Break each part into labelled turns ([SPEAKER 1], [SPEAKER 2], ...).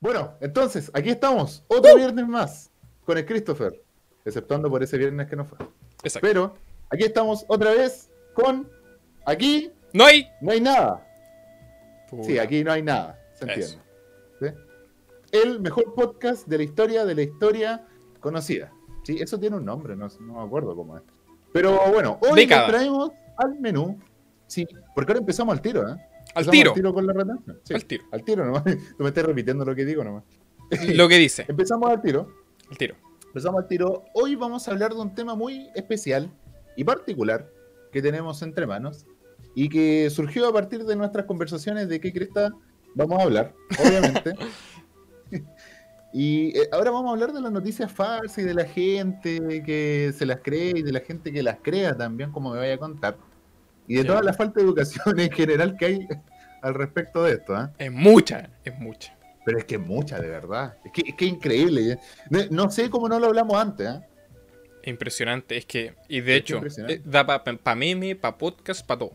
[SPEAKER 1] Bueno, entonces, aquí estamos, otro viernes más, con el Christopher, exceptuando por ese viernes que no fue.
[SPEAKER 2] Exacto.
[SPEAKER 1] Pero, aquí estamos otra vez con, aquí,
[SPEAKER 2] ¡No hay!
[SPEAKER 1] no hay nada.
[SPEAKER 2] Puta.
[SPEAKER 1] Sí, aquí no hay nada, se
[SPEAKER 2] Eso.
[SPEAKER 1] entiende. ¿Sí? El mejor podcast de la historia conocida. Sí, eso tiene un nombre, no me acuerdo cómo es. Pero bueno, hoy les
[SPEAKER 2] Década.
[SPEAKER 1] traemos al menú. Sí, porque ahora empezamos al tiro, ¿eh?
[SPEAKER 2] Al
[SPEAKER 1] Empezamos
[SPEAKER 2] tiro.
[SPEAKER 1] al tiro con la retención. Sí,
[SPEAKER 2] Al tiro.
[SPEAKER 1] al tiro nomás. Tú me estás repitiendo lo que digo nomás.
[SPEAKER 2] Lo que dice.
[SPEAKER 1] Empezamos al tiro.
[SPEAKER 2] Al tiro.
[SPEAKER 1] Empezamos al tiro. Hoy vamos a hablar de un tema muy especial y particular que tenemos entre manos y que surgió a partir de nuestras conversaciones de qué cresta vamos a hablar, obviamente. Y ahora vamos a hablar de las noticias falsas y de la gente que se las cree y de la gente que las crea también, como me vaya a contar. Y de
[SPEAKER 2] Ya.
[SPEAKER 1] toda la falta de educación en general que hay al respecto de esto, ¿eh?
[SPEAKER 2] Es mucha. Es mucha.
[SPEAKER 1] Pero es que es mucha, de verdad. Es que increíble. ¿eh? No sé cómo no lo hablamos antes, ¿eh?
[SPEAKER 2] Impresionante. Es que. Y de
[SPEAKER 1] Es
[SPEAKER 2] hecho,
[SPEAKER 1] impresionante.
[SPEAKER 2] da para meme, para podcast, para todo.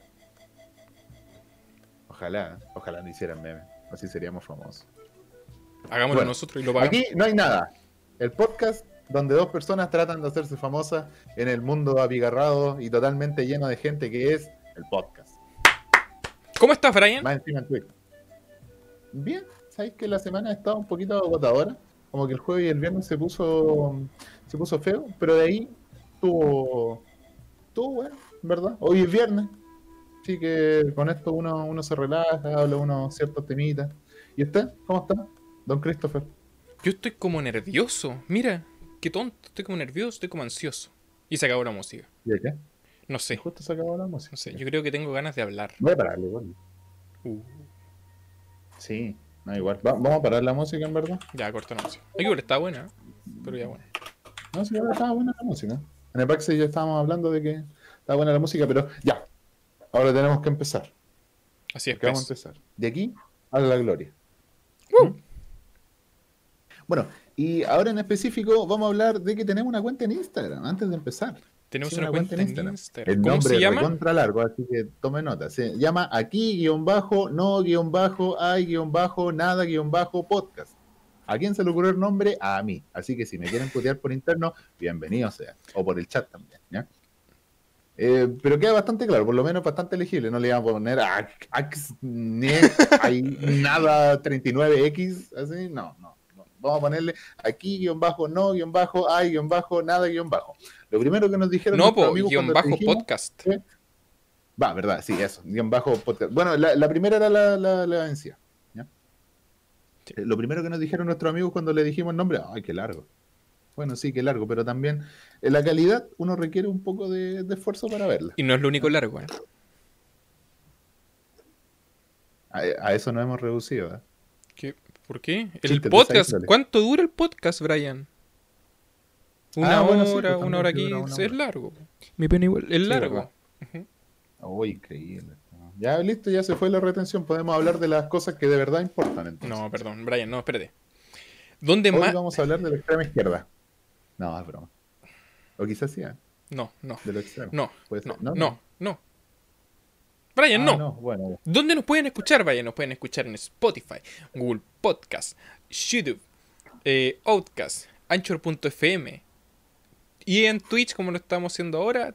[SPEAKER 1] Ojalá no hicieran memes. Así seríamos famosos.
[SPEAKER 2] Hagámoslo
[SPEAKER 1] Bueno,
[SPEAKER 2] nosotros y lo pagamos.
[SPEAKER 1] Aquí no hay nada. El podcast donde dos personas tratan de hacerse famosas en el mundo abigarrado y totalmente lleno de gente que es el podcast.
[SPEAKER 2] ¿Cómo estás, Brian?
[SPEAKER 1] Más encima en Twitter. Bien, sabéis que la semana ha estado un poquito agotadora. Como que el jueves y el viernes se puso feo, pero de ahí tuvo bueno, ¿verdad? Hoy es viernes, así que con esto uno se relaja, habla unos ciertos temitas. ¿Y usted? ¿Cómo está, don Christopher?
[SPEAKER 2] Yo estoy como nervioso. Mira, qué tonto. Estoy como nervioso, estoy como ansioso. Y se acabó la música.
[SPEAKER 1] ¿Y de qué?
[SPEAKER 2] No
[SPEAKER 1] Y
[SPEAKER 2] sé.
[SPEAKER 1] justo se acabó la música.
[SPEAKER 2] No sé. Yo creo que tengo ganas de hablar.
[SPEAKER 1] Voy a pararle, igual. Sí, no, igual. Vamos a parar la música, en verdad.
[SPEAKER 2] Ya, corta la música. Ay, igual está buena. Pero ya bueno.
[SPEAKER 1] No, sí, ahora estaba buena la música. En el backstage ya estábamos hablando de que estaba buena la música, pero ya. Ahora tenemos que empezar.
[SPEAKER 2] Así es,
[SPEAKER 1] Porque vamos a
[SPEAKER 2] pues.
[SPEAKER 1] empezar. De aquí a la gloria. ¿Mm? Bueno, y ahora en específico vamos a hablar de que tenemos una cuenta en Instagram, antes de empezar.
[SPEAKER 2] Tenemos
[SPEAKER 1] Sí,
[SPEAKER 2] una cuenta en Instagram.
[SPEAKER 1] El
[SPEAKER 2] ¿Cómo
[SPEAKER 1] nombre
[SPEAKER 2] se
[SPEAKER 1] es
[SPEAKER 2] llama?
[SPEAKER 1] recontra largo, así que tome nota. Se llama aquí _no_hay_nada_podcast. ¿A quién se le ocurrió el nombre? A mí. Así que si me quieren putear por interno, bienvenido sea. O por el chat también, ¿ya? Pero queda bastante claro, por lo menos bastante legible. No le vamos a poner hay nada 39X, así, no. Vamos a ponerle aquí _no_hay_nada_. Lo primero que nos dijeron
[SPEAKER 2] No,
[SPEAKER 1] nuestros
[SPEAKER 2] po,
[SPEAKER 1] amigos
[SPEAKER 2] guión
[SPEAKER 1] cuando les
[SPEAKER 2] bajo
[SPEAKER 1] dijimos,
[SPEAKER 2] podcast.
[SPEAKER 1] va, verdad, sí, eso, _podcast. Bueno, la primera era la vencida. ¿Ya?
[SPEAKER 2] Sí.
[SPEAKER 1] Lo primero que nos dijeron nuestros amigos cuando le dijimos el nombre, ay, qué largo. Bueno, sí, qué largo, pero también en la calidad uno requiere un poco de esfuerzo para verla.
[SPEAKER 2] Y no es lo único largo, ¿eh?
[SPEAKER 1] A eso nos hemos reducido, ¿eh?
[SPEAKER 2] ¿Por qué? El
[SPEAKER 1] Chiste,
[SPEAKER 2] podcast.
[SPEAKER 1] dale.
[SPEAKER 2] ¿Cuánto dura el podcast, Brian? Una
[SPEAKER 1] bueno,
[SPEAKER 2] hora,
[SPEAKER 1] sí, pues,
[SPEAKER 2] una hora aquí.
[SPEAKER 1] también dura una
[SPEAKER 2] Es
[SPEAKER 1] hora.
[SPEAKER 2] largo. Mi pena igual. Es
[SPEAKER 1] Sí,
[SPEAKER 2] largo.
[SPEAKER 1] verdad. Oh, increíble. Ya listo, ya se fue la retención. Podemos hablar de las cosas que de verdad importan. Entonces.
[SPEAKER 2] No, perdón, Brian, no, espérate. ¿Dónde
[SPEAKER 1] Hoy
[SPEAKER 2] más?
[SPEAKER 1] vamos a hablar de la extrema izquierda. No, es broma. O quizás sí, ¿eh?
[SPEAKER 2] No.
[SPEAKER 1] De lo extremo.
[SPEAKER 2] No.
[SPEAKER 1] Puede ser.
[SPEAKER 2] No. Brian, no.
[SPEAKER 1] No, bueno.
[SPEAKER 2] ¿Dónde nos pueden escuchar, Brian? Nos pueden escuchar en Spotify, Google Podcast, YouTube, Outcast, Anchor.fm y en Twitch, como lo estamos haciendo ahora,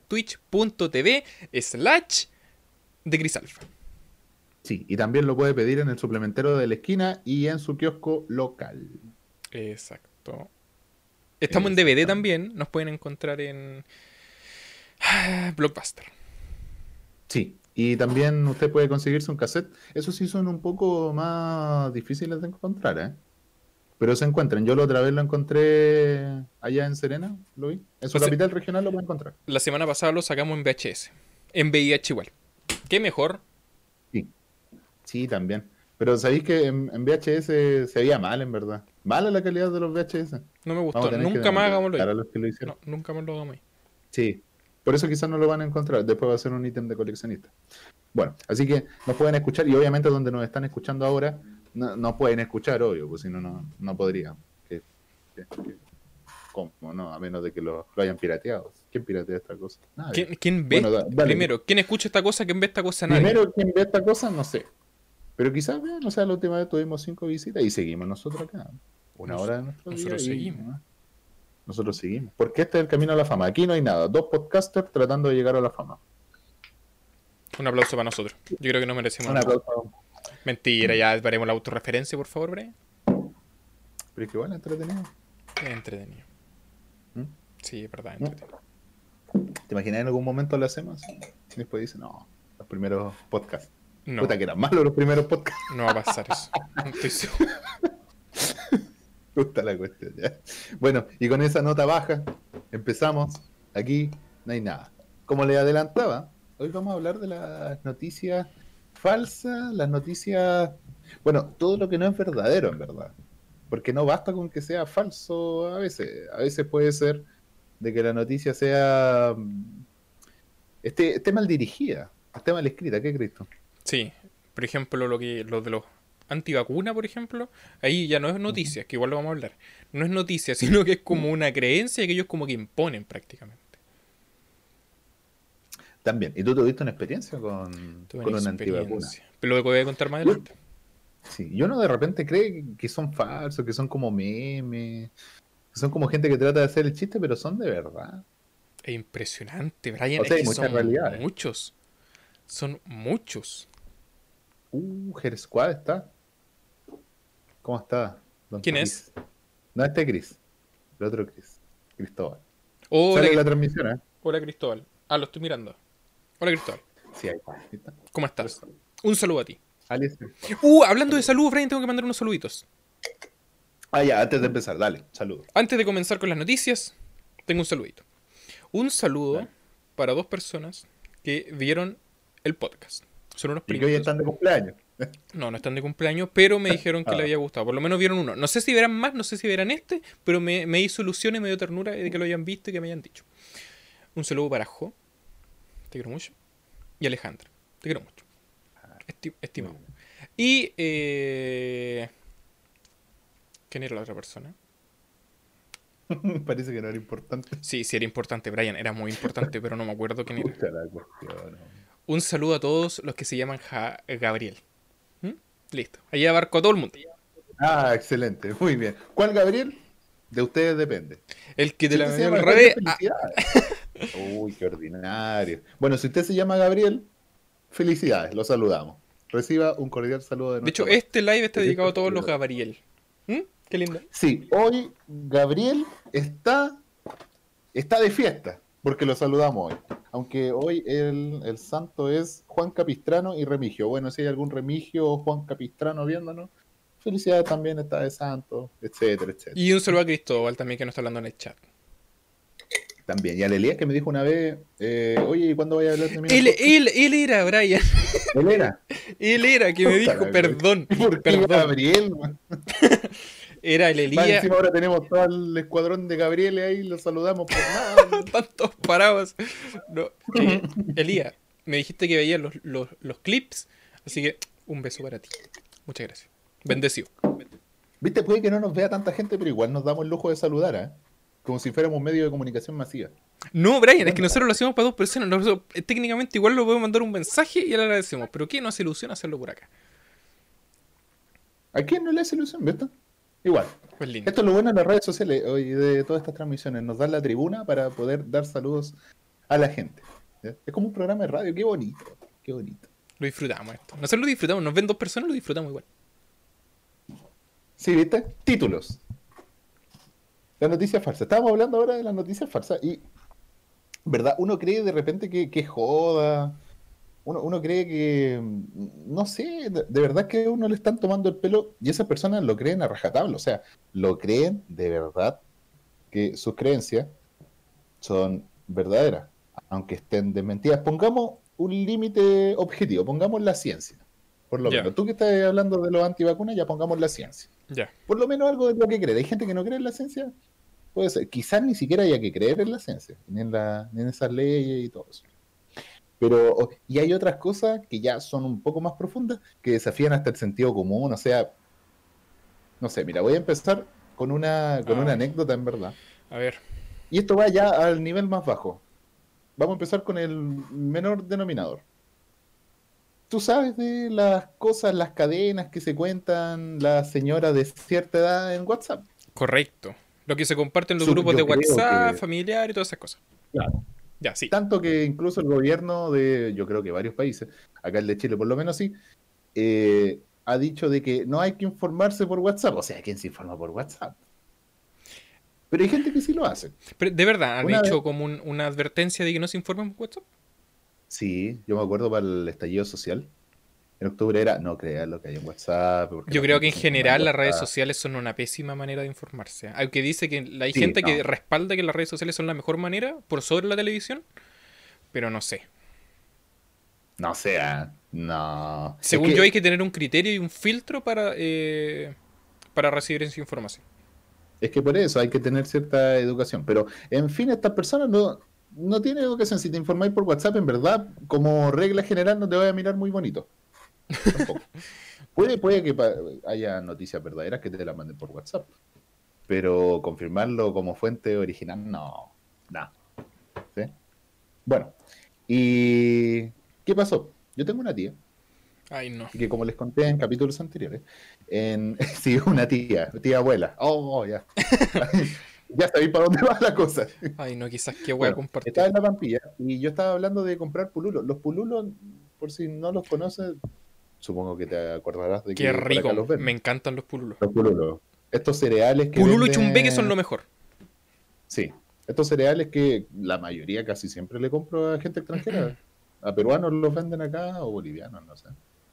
[SPEAKER 2] twitch.tv/de Grisalfa.
[SPEAKER 1] Sí, y también lo puede pedir en el suplementero de la esquina y en su kiosco local.
[SPEAKER 2] Exacto. Estamos en DVD también. Nos pueden encontrar en Blockbuster.
[SPEAKER 1] Sí, y también usted puede conseguirse un cassette. Esos sí son un poco más difíciles de encontrar, ¿eh? Pero se encuentran. Yo la otra vez lo encontré allá en Serena, lo vi. En su capital regional lo puede encontrar.
[SPEAKER 2] La semana pasada lo sacamos en VHS. En VIH igual. ¿Qué mejor?
[SPEAKER 1] Sí, también. Pero sabéis que en VHS se veía mal, en verdad. Mala la calidad de los VHS.
[SPEAKER 2] No me
[SPEAKER 1] Vamos a
[SPEAKER 2] gustó.
[SPEAKER 1] tener que
[SPEAKER 2] Nunca más hagámoslo
[SPEAKER 1] demandar a
[SPEAKER 2] ahí.
[SPEAKER 1] los que lo hicieron.
[SPEAKER 2] No, nunca más lo hagamos ahí.
[SPEAKER 1] Sí, por eso quizás no lo van a encontrar. Después va a ser un ítem de coleccionista. Bueno, así que nos pueden escuchar y obviamente donde nos están escuchando ahora no pueden escuchar, obvio, pues si no, no podrían. ¿Cómo? No, a menos de que lo hayan pirateado. ¿Quién piratea esta cosa? Nadie.
[SPEAKER 2] ¿Quién ve?
[SPEAKER 1] Bueno, dale.
[SPEAKER 2] Primero, ¿quién escucha esta cosa? ¿Quién ve esta cosa? Nadie.
[SPEAKER 1] Primero, ¿quién ve esta cosa? No sé. Pero quizás, vean, o sea, la última vez tuvimos 5 visitas y seguimos nosotros acá. Una
[SPEAKER 2] Nos-
[SPEAKER 1] hora de nuestro día
[SPEAKER 2] nosotros
[SPEAKER 1] y
[SPEAKER 2] seguimos.
[SPEAKER 1] nosotros seguimos. Porque este es el camino a la fama. Aquí no hay nada. Dos podcasters tratando de llegar a la fama.
[SPEAKER 2] Un aplauso para nosotros. Yo creo que nos merecemos un
[SPEAKER 1] Un
[SPEAKER 2] aplauso.
[SPEAKER 1] aplauso.
[SPEAKER 2] Mentira, ya veremos la autorreferencia, por favor, Brian.
[SPEAKER 1] Pero es que bueno, entretenido.
[SPEAKER 2] Es entretenido.
[SPEAKER 1] ¿Mm?
[SPEAKER 2] Sí, es verdad,
[SPEAKER 1] ¿Mm?
[SPEAKER 2] entretenido.
[SPEAKER 1] ¿Te imaginas en algún momento lo hacemos? Y después dicen, no, los primeros podcasts.
[SPEAKER 2] No,
[SPEAKER 1] Puta que eran malos los primeros podcasts.
[SPEAKER 2] no va a pasar eso. No estoy seguro.
[SPEAKER 1] Gusta la cuestión, ya. Bueno, y con esa nota baja, empezamos. Aquí no hay nada. Como les adelantaba, hoy vamos a hablar de las noticias falsas, las noticias. Bueno, todo lo que no es verdadero, en verdad. Porque no basta con que sea falso a veces. A veces puede ser de que la noticia sea. Esté mal dirigida, esté mal escrita. ¿Qué crees tú?
[SPEAKER 2] Sí, por ejemplo, lo de los antivacuna, por ejemplo, ahí ya no es
[SPEAKER 1] Ujú.
[SPEAKER 2] noticia, que igual lo vamos a hablar. No es noticia, sino que es como una creencia que ellos como que imponen prácticamente.
[SPEAKER 1] También. ¿Y tú tuviste una experiencia
[SPEAKER 2] Tuve una
[SPEAKER 1] con una antivacuna?
[SPEAKER 2] experiencia. Pero lo que voy a contar más adelante.
[SPEAKER 1] Sí, y uno de repente cree que son falsos, que son como memes, que son como gente que trata de hacer el chiste, pero son de verdad.
[SPEAKER 2] Es impresionante, Brian,
[SPEAKER 1] O
[SPEAKER 2] es
[SPEAKER 1] sea, hay
[SPEAKER 2] que
[SPEAKER 1] muchas
[SPEAKER 2] son
[SPEAKER 1] realidades.
[SPEAKER 2] muchos. Son muchos.
[SPEAKER 1] Her Squad está. ¿Cómo está, don
[SPEAKER 2] ¿Quién es?
[SPEAKER 1] Chris? No este Chris, el otro Chris, Cristóbal.
[SPEAKER 2] Hola,
[SPEAKER 1] Sale en la transmisión, ¿eh?
[SPEAKER 2] hola Cristóbal. Ah, lo estoy mirando. Hola Cristóbal.
[SPEAKER 1] Sí, ahí está. Ahí está.
[SPEAKER 2] ¿Cómo estás? Un saludo a ti.
[SPEAKER 1] Alice.
[SPEAKER 2] Hablando de
[SPEAKER 1] Saludos.
[SPEAKER 2] salud, Brian, tengo que mandar unos saluditos.
[SPEAKER 1] Ah, ya, antes de empezar, dale, saludos.
[SPEAKER 2] Antes de comenzar con las noticias, tengo un saludito. Un saludo
[SPEAKER 1] Dale.
[SPEAKER 2] para dos personas que vieron el podcast. Son unos
[SPEAKER 1] Y que hoy
[SPEAKER 2] primitos.
[SPEAKER 1] están de cumpleaños.
[SPEAKER 2] No, no están de cumpleaños, pero me dijeron que le
[SPEAKER 1] Ah,
[SPEAKER 2] había gustado. Por lo menos vieron uno. No sé si verán más, no sé si verán este, pero me hizo ilusión y me dio ternura de que lo hayan visto y que me hayan dicho. Un saludo para Jo, te quiero mucho. Y Alejandra, te quiero mucho.
[SPEAKER 1] muy
[SPEAKER 2] Estimado.
[SPEAKER 1] bien.
[SPEAKER 2] Y, ¿quién era la otra persona?
[SPEAKER 1] Parece que no era importante.
[SPEAKER 2] Sí, sí era importante, Brian, era muy importante, pero no me acuerdo quién era.
[SPEAKER 1] Pucha la cuestión. Hombre.
[SPEAKER 2] Un saludo a todos los que se llaman Gabriel. ¿Mm? Listo. Ahí abarco a todo el mundo.
[SPEAKER 1] Ah, excelente, muy bien. ¿Cuál Gabriel? De ustedes depende.
[SPEAKER 2] El que te
[SPEAKER 1] Si
[SPEAKER 2] la
[SPEAKER 1] usted se
[SPEAKER 2] dio al
[SPEAKER 1] llama Gabriel,
[SPEAKER 2] revés.
[SPEAKER 1] felicidades. Uy, qué ordinario. Bueno, si usted se llama Gabriel, felicidades, lo saludamos. Reciba un cordial saludo de
[SPEAKER 2] De hecho,
[SPEAKER 1] nuestra parte.
[SPEAKER 2] este live está
[SPEAKER 1] Es
[SPEAKER 2] dedicado a
[SPEAKER 1] esto,
[SPEAKER 2] todos los Gabriel. ¿Mm? Qué lindo.
[SPEAKER 1] sí, hoy Gabriel está de fiesta, porque lo saludamos hoy. Aunque hoy el santo es Juan Capistrano y Remigio. Bueno, si hay algún Remigio o Juan Capistrano viéndonos, felicidades también está de santo, etcétera, etcétera.
[SPEAKER 2] Y un saludo a Cristóbal también que nos está hablando en el chat.
[SPEAKER 1] También. Y a Elías que me dijo una vez, oye, ¿y cuándo voy a hablar de mí en el
[SPEAKER 2] Él,
[SPEAKER 1] podcast?
[SPEAKER 2] él, él era, Brian.
[SPEAKER 1] Él era.
[SPEAKER 2] Él era que me
[SPEAKER 1] Puta
[SPEAKER 2] dijo,
[SPEAKER 1] la wea.
[SPEAKER 2] perdón,
[SPEAKER 1] ¿Y por qué
[SPEAKER 2] perdón.
[SPEAKER 1] Gabriel, man?
[SPEAKER 2] Era el
[SPEAKER 1] Más
[SPEAKER 2] Elías.
[SPEAKER 1] encima ahora tenemos todo el escuadrón de Gabriel ahí, lo saludamos por nada.
[SPEAKER 2] Tantos parados. No, Elías, me dijiste que veías los clips, así que un beso para ti. Muchas gracias. Bendecido.
[SPEAKER 1] Viste, puede que no nos vea tanta gente, pero igual nos damos el lujo de saludar, ¿eh? Como si fuéramos un medio de comunicación masiva.
[SPEAKER 2] No, Brian, es que
[SPEAKER 1] Bueno,
[SPEAKER 2] nosotros lo hacemos para dos personas. Nosotros, técnicamente igual lo podemos mandar un mensaje y le agradecemos. Pero ¿qué nos hace ilusión hacerlo por acá?
[SPEAKER 1] ¿a quién no le hace ilusión, ¿viste? Igual.
[SPEAKER 2] Pues lindo.
[SPEAKER 1] Esto es lo bueno de las redes sociales hoy de todas estas transmisiones. Nos dan la tribuna para poder dar saludos a la gente. ¿Ya? Es como un programa de radio, qué bonito, qué bonito.
[SPEAKER 2] Lo disfrutamos esto. Nosotros lo disfrutamos. Nos ven dos personas, lo disfrutamos igual.
[SPEAKER 1] Sí, ¿viste? Títulos. La noticia falsa. Estábamos hablando ahora de las noticias falsas y, ¿verdad? Uno cree de repente que joda. Uno cree que, no sé, de verdad que a uno le están tomando el pelo y esas personas lo creen a rajatabla. O sea, lo creen de verdad que sus creencias son verdaderas, aunque estén desmentidas. Pongamos un límite objetivo, pongamos la ciencia. Por lo
[SPEAKER 2] Ya,
[SPEAKER 1] menos, tú que estás hablando de los antivacunas, ya pongamos la ciencia.
[SPEAKER 2] ya.
[SPEAKER 1] Por lo menos algo de lo que cree. Hay gente que no cree en la ciencia, puede ser. Quizás ni siquiera haya que creer en la ciencia, ni en esas leyes y todo eso. Pero, y hay otras cosas que ya son un poco más profundas, que desafían hasta el sentido común. O sea, no sé, mira, voy a empezar con una
[SPEAKER 2] Ay,
[SPEAKER 1] anécdota en verdad.
[SPEAKER 2] a ver.
[SPEAKER 1] Y esto va ya al nivel más bajo. Vamos a empezar con el menor denominador. tú sabes de las cosas, las cadenas que se cuentan las señoras de cierta edad en WhatsApp.
[SPEAKER 2] Correcto. Lo que se comparte en los grupos de
[SPEAKER 1] Yo creo
[SPEAKER 2] WhatsApp,
[SPEAKER 1] que,
[SPEAKER 2] familiar y todas esas cosas.
[SPEAKER 1] claro,
[SPEAKER 2] Ya, sí.
[SPEAKER 1] tanto que incluso el gobierno de, yo creo que varios países, acá el de Chile por lo menos sí, ha dicho de que no hay que informarse por WhatsApp. O sea, ¿quién se informa por WhatsApp? Pero hay gente que sí lo hace.
[SPEAKER 2] Pero, ¿de verdad han
[SPEAKER 1] Una vez,
[SPEAKER 2] hecho como una advertencia de que no se informen por WhatsApp?
[SPEAKER 1] sí, yo me acuerdo para el estallido social. En octubre era, no creas lo que hay en WhatsApp, porque
[SPEAKER 2] Yo
[SPEAKER 1] la
[SPEAKER 2] creo que
[SPEAKER 1] gente
[SPEAKER 2] en
[SPEAKER 1] se informa en
[SPEAKER 2] general las redes
[SPEAKER 1] WhatsApp.
[SPEAKER 2] sociales son una pésima manera de informarse. Aunque dice que hay
[SPEAKER 1] Sí,
[SPEAKER 2] gente que
[SPEAKER 1] no,
[SPEAKER 2] respalda que las redes sociales son la mejor manera por sobre la televisión, pero no sé.
[SPEAKER 1] no sea, no. Es
[SPEAKER 2] Según yo hay
[SPEAKER 1] que,
[SPEAKER 2] que tener un criterio y un filtro para recibir esa información.
[SPEAKER 1] es que por eso hay que tener cierta educación. Pero, en fin, estas personas no tienen educación. Si te informáis por WhatsApp, en verdad, como regla general, no te voy a mirar muy bonito. Tampoco. Puede que haya noticias verdaderas que te las manden por WhatsApp. Pero confirmarlo como fuente original, no. No. ¿Sí? Bueno, ¿y qué pasó? Yo tengo una tía,
[SPEAKER 2] Ay, no.
[SPEAKER 1] que como les conté en capítulos anteriores, sí, una tía abuela. Oh, ya. Ya sabéis para dónde va la cosa.
[SPEAKER 2] Ay, no, quizás qué voy a
[SPEAKER 1] Bueno,
[SPEAKER 2] compartir.
[SPEAKER 1] estaba en la Pampilla y yo estaba hablando de comprar pululos. Los pululos, por si no los conoces, supongo que te acordarás de
[SPEAKER 2] Qué
[SPEAKER 1] que por acá
[SPEAKER 2] rico.
[SPEAKER 1] los
[SPEAKER 2] Me
[SPEAKER 1] venden.
[SPEAKER 2] encantan los pululos.
[SPEAKER 1] Los pululos. Estos cereales que
[SPEAKER 2] Pululo y chumbeque son
[SPEAKER 1] venden,
[SPEAKER 2] lo mejor.
[SPEAKER 1] sí, estos cereales que la mayoría casi siempre le compro a gente extranjera. A peruanos los venden acá o bolivianos, no sé.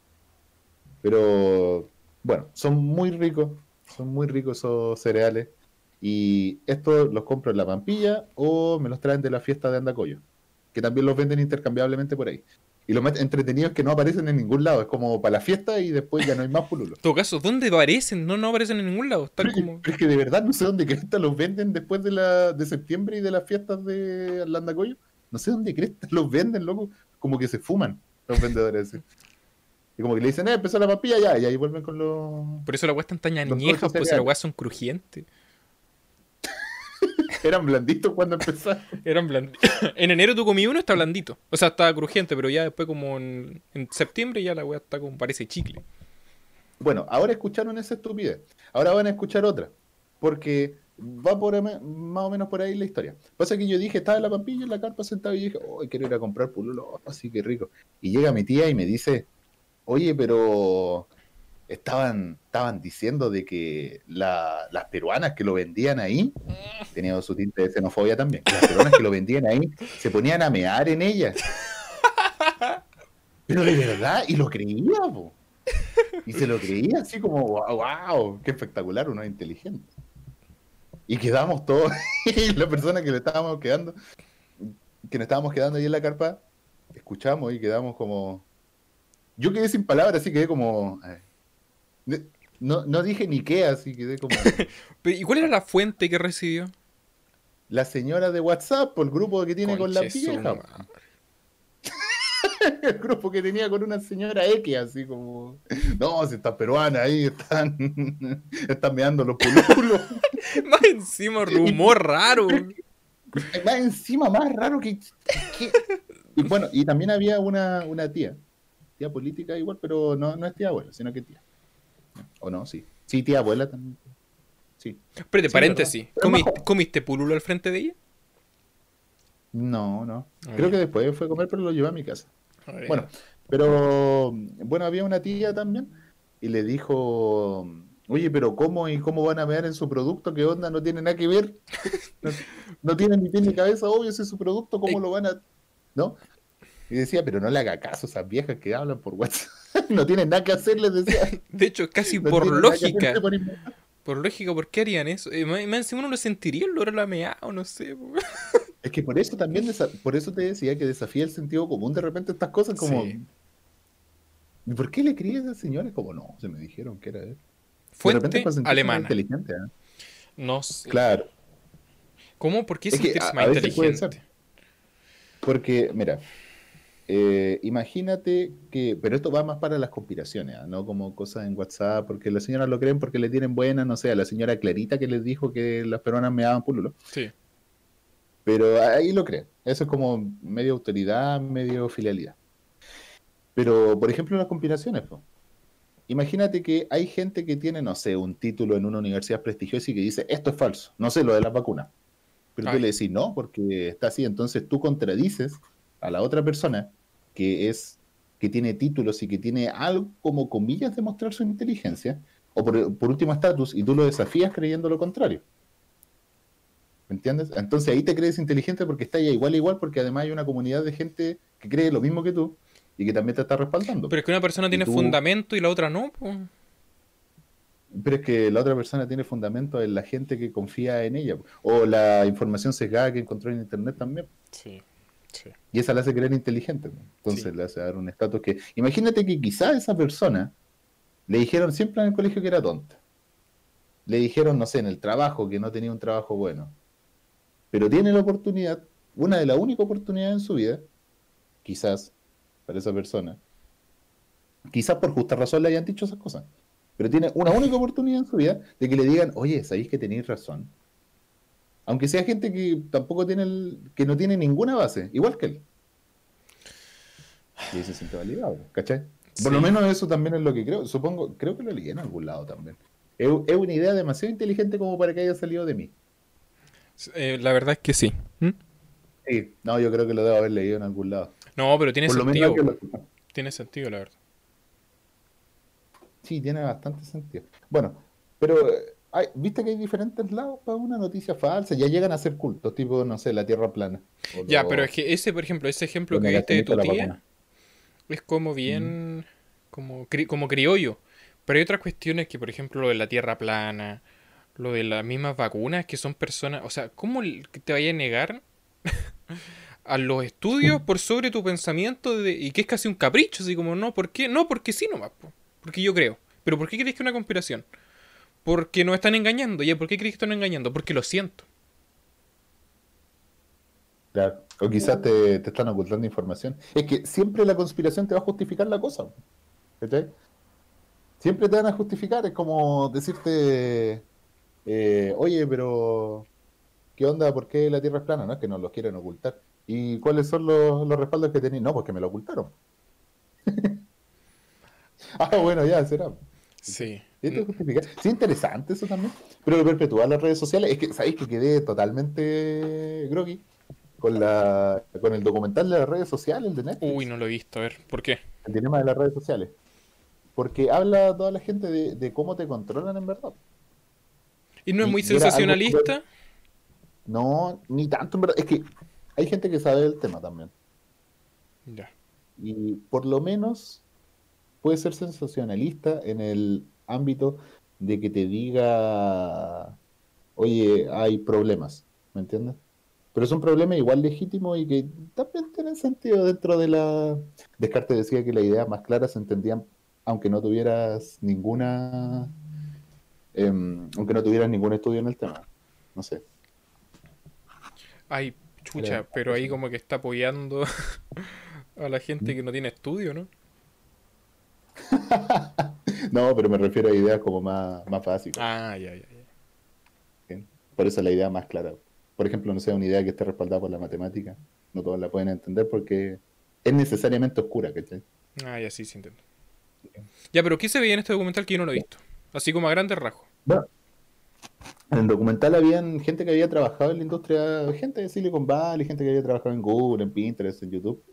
[SPEAKER 1] Pero bueno, son muy ricos esos cereales. Y estos los compro en la Pampilla o me los traen de la fiesta de Andacoyo, que también los venden intercambiablemente por ahí. Y lo más entretenido es que no aparecen en ningún lado, es como para la fiesta y después ya no hay más pululos.
[SPEAKER 2] En todo caso, ¿dónde aparecen? No, no aparecen en ningún lado. Están como.
[SPEAKER 1] Pero es que de verdad no sé dónde cresta los venden después de septiembre y de las fiestas de Andacoyo. No sé dónde cresta los venden, loco. Como que se fuman los vendedores. ¿Sí? Y como que le dicen, empezó la papilla, ya, y ahí vuelven con
[SPEAKER 2] Por eso las weas están tan
[SPEAKER 1] todos
[SPEAKER 2] añejas,
[SPEAKER 1] esos
[SPEAKER 2] pues si las
[SPEAKER 1] cereales.
[SPEAKER 2] weas son crujientes.
[SPEAKER 1] Eran blanditos cuando empezaron.
[SPEAKER 2] Eran blanditos. En enero tú comí uno, está blandito. O sea, estaba crujiente, pero ya después, como en septiembre, ya la wea está como parece chicle.
[SPEAKER 1] Bueno, ahora escucharon esa estupidez. Ahora van a escuchar otra. Porque va más o menos por ahí la historia. Pasa que yo dije, estaba en la pampilla, en la carpa sentado y dije, oh, quiero ir a comprar pululo, así que rico. Y llega mi tía y me dice, oye, pero estaban diciendo de que las peruanas que lo vendían ahí, tenía su tinte de xenofobia también, que las peruanas que lo vendían ahí se ponían a mear en ellas. Pero de verdad, y lo creía, po. Y se lo creía así como, wow, wow, qué espectacular, uno es inteligente. Y quedamos todos, y la persona que le estábamos quedando, que nos estábamos quedando ahí en la carpa, escuchamos y quedamos como. Yo quedé sin palabras, así quedé como. No dije ni qué, así quedé como.
[SPEAKER 2] ¿Y cuál era la fuente que recibió?
[SPEAKER 1] La señora de WhatsApp, por el grupo que tiene con la
[SPEAKER 2] Conche su
[SPEAKER 1] vieja.
[SPEAKER 2] madre.
[SPEAKER 1] El grupo que tenía con una señora X, así como. No, si está peruana ahí, están meando los pululos.
[SPEAKER 2] Más encima, rumor raro.
[SPEAKER 1] Más encima, más raro que. Y bueno, y también había una tía política igual, pero no es tía abuela, sino que tía. ¿O no? Sí. Sí, tía abuela también. Sí.
[SPEAKER 2] Espérate,
[SPEAKER 1] Sí, ¿verdad?
[SPEAKER 2] paréntesis.
[SPEAKER 1] Pero es más joven.
[SPEAKER 2] ¿Comiste pululo al frente de ella?
[SPEAKER 1] No.
[SPEAKER 2] Ah,
[SPEAKER 1] Creo
[SPEAKER 2] ya.
[SPEAKER 1] que después fue a comer, pero lo llevé a mi casa.
[SPEAKER 2] Ah,
[SPEAKER 1] Bueno,
[SPEAKER 2] ya.
[SPEAKER 1] pero bueno, había una tía también y le dijo, oye, pero ¿cómo y cómo van a ver en su producto? ¿Qué onda? No tiene nada que ver. No, no tiene ni pie ni cabeza, obvio, si es su producto, ¿cómo
[SPEAKER 2] Eh,
[SPEAKER 1] lo van a...? ¿No? Y decía, pero no le haga caso a esas viejas que hablan por WhatsApp. No tienen nada que hacer, les decía.
[SPEAKER 2] de hecho, casi
[SPEAKER 1] No
[SPEAKER 2] por
[SPEAKER 1] tienen nada que hacer
[SPEAKER 2] lógica.
[SPEAKER 1] por inventar.
[SPEAKER 2] Por lógica, ¿por qué harían eso? Más encima uno lo sentiría el olor a la meada o no sé. Po.
[SPEAKER 1] Es que por eso también, por eso te decía que desafía el sentido común de repente estas cosas como,
[SPEAKER 2] Sí.
[SPEAKER 1] ¿y por qué le creí a esa señora? Como, no, se me dijeron que era él. De repente es
[SPEAKER 2] Fuente
[SPEAKER 1] para sentirse más
[SPEAKER 2] alemana.
[SPEAKER 1] inteligente, ¿eh?
[SPEAKER 2] No sé.
[SPEAKER 1] Claro,
[SPEAKER 2] ¿Cómo? ¿Por qué
[SPEAKER 1] es que
[SPEAKER 2] sentirse más
[SPEAKER 1] a veces puede ser,
[SPEAKER 2] inteligente?
[SPEAKER 1] porque, mira, imagínate que, pero esto va más para las conspiraciones, ¿ah? No como cosas en WhatsApp, porque las señoras lo creen porque le tienen buena, no sé, a la señora Clarita que les dijo que las peruanas me daban pululo,
[SPEAKER 2] Sí.
[SPEAKER 1] pero ahí lo creen, eso es como medio autoridad, medio filialidad. Pero, por ejemplo, las conspiraciones, po. Imagínate que hay gente que tiene, no sé, un título en una universidad prestigiosa y que dice, esto es falso, no sé, lo de las vacunas. Pero tú
[SPEAKER 2] Ay,
[SPEAKER 1] le decís, no, porque está así. Entonces tú contradices a la otra persona que es, que tiene títulos y que tiene algo como comillas de mostrar su inteligencia, o por último estatus, y tú lo desafías creyendo lo contrario. ¿Me entiendes? Entonces ahí te crees inteligente porque está ya igual, igual, porque además hay una comunidad de gente que cree lo mismo que tú y que también te está respaldando.
[SPEAKER 2] pero es que una persona
[SPEAKER 1] Y
[SPEAKER 2] tiene
[SPEAKER 1] tú,
[SPEAKER 2] fundamento y la otra no, pues.
[SPEAKER 1] pero es que la otra persona tiene fundamento en la gente que confía en ella, o la información sesgada que encontró en internet también.
[SPEAKER 2] Sí, sí,
[SPEAKER 1] Y esa la hace creer inteligente, ¿no?
[SPEAKER 2] sí.
[SPEAKER 1] Entonces le hace dar un estatus que... Imagínate que quizá esa persona le dijeron siempre en el colegio que era tonta. Le dijeron, no sé, en el trabajo que no tenía un trabajo bueno. Pero tiene la oportunidad, una de las únicas oportunidades en su vida, quizás para esa persona, quizás por justa razón le hayan dicho esas cosas, pero tiene una única oportunidad en su vida de que le digan, oye, ¿sabéis que tenéis razón? Aunque sea gente que tampoco tiene que no tiene ninguna base, igual que él. Y ahí se siente validado, ¿cachai? Por lo
[SPEAKER 2] Sí.
[SPEAKER 1] menos eso también es lo que creo. Supongo, creo que lo leí en algún lado también. Es una idea demasiado inteligente como para que haya salido de mí.
[SPEAKER 2] La verdad es que sí. ¿Mm?
[SPEAKER 1] Sí, no, yo creo que lo debo haber leído en algún lado.
[SPEAKER 2] No, pero tiene
[SPEAKER 1] Por lo menos
[SPEAKER 2] sentido,
[SPEAKER 1] que
[SPEAKER 2] po.
[SPEAKER 1] lo...
[SPEAKER 2] Tiene sentido, la verdad.
[SPEAKER 1] Sí, tiene bastante sentido. Bueno, pero viste que hay diferentes lados para una noticia falsa. Ya llegan a ser cultos, tipo, no sé, la Tierra plana.
[SPEAKER 2] Ya, pero es que ese, por ejemplo, ese ejemplo
[SPEAKER 1] Los
[SPEAKER 2] que diste de
[SPEAKER 1] negacionistas
[SPEAKER 2] tu
[SPEAKER 1] de la
[SPEAKER 2] tía
[SPEAKER 1] vacuna.
[SPEAKER 2] es como
[SPEAKER 1] Mm.
[SPEAKER 2] bien, como criollo. Pero hay otras cuestiones que, por ejemplo, lo de la tierra plana, lo de las mismas vacunas, que son personas, o sea, ¿cómo que te vaya a negar a los estudios por sobre tu pensamiento y que es casi un capricho, así como, no, ¿por qué? No, porque sí nomás, po. Porque yo creo. Pero ¿por qué crees que es una conspiración? Porque nos están engañando. ¿Ya por qué crees que están engañando? Porque lo siento.
[SPEAKER 1] Claro. O quizás te están ocultando información. Es que siempre la conspiración te va a justificar la cosa. ¿Cachai? Siempre te van a justificar. Es como decirte, oye, pero ¿qué onda? ¿Por qué la Tierra es plana? No es que nos los quieren ocultar. ¿Y cuáles son los respaldos que tenéis? No, porque me lo ocultaron. Ah, bueno, ya, será. ¿Cachai?
[SPEAKER 2] Sí.
[SPEAKER 1] Y te justifica. Sí, interesante eso también. Pero perpetuar las redes sociales, es que, ¿sabéis que quedé totalmente groggy con el documental de las redes sociales, el de
[SPEAKER 2] Uy,
[SPEAKER 1] Netflix,
[SPEAKER 2] no lo he visto. A ver, ¿por qué?
[SPEAKER 1] el dilema de las redes sociales? Porque habla a toda la gente de cómo te controlan en verdad.
[SPEAKER 2] ¿Y no es muy
[SPEAKER 1] Y era algo súper...
[SPEAKER 2] sensacionalista?
[SPEAKER 1] No, ni tanto en verdad. Es que hay gente que sabe del tema también.
[SPEAKER 2] Ya.
[SPEAKER 1] Y por lo menos puede ser sensacionalista en el ámbito de que te diga, oye, hay problemas, ¿me entiendes? Pero es un problema igual legítimo y que también tiene sentido dentro de la... Descartes decía que las ideas más claras se entendían aunque no tuvieras ninguna, aunque no tuvieras ningún estudio en el tema. No sé.
[SPEAKER 2] Ay,
[SPEAKER 1] Era
[SPEAKER 2] chucha, pero ahí
[SPEAKER 1] eso.
[SPEAKER 2] como que está apoyando a la gente
[SPEAKER 1] ¿Mm?
[SPEAKER 2] que no tiene estudio, ¿no?
[SPEAKER 1] No, pero me refiero a ideas como más básicas.
[SPEAKER 2] Ah, ya, ya, ya.
[SPEAKER 1] ¿Sí? Por eso la idea más clara. Por ejemplo, no sea una idea que esté respaldada por la matemática. No todos la pueden entender porque es necesariamente oscura, ¿cachai?
[SPEAKER 2] Ah, ya, sí, sí entiendo. Ya, pero ¿qué se veía en este documental que yo no lo he visto? Así como a grandes rasgos.
[SPEAKER 1] Bueno, en el documental habían gente que había trabajado en la industria, gente de Silicon Valley, gente que había trabajado en Google, en Pinterest, en YouTube,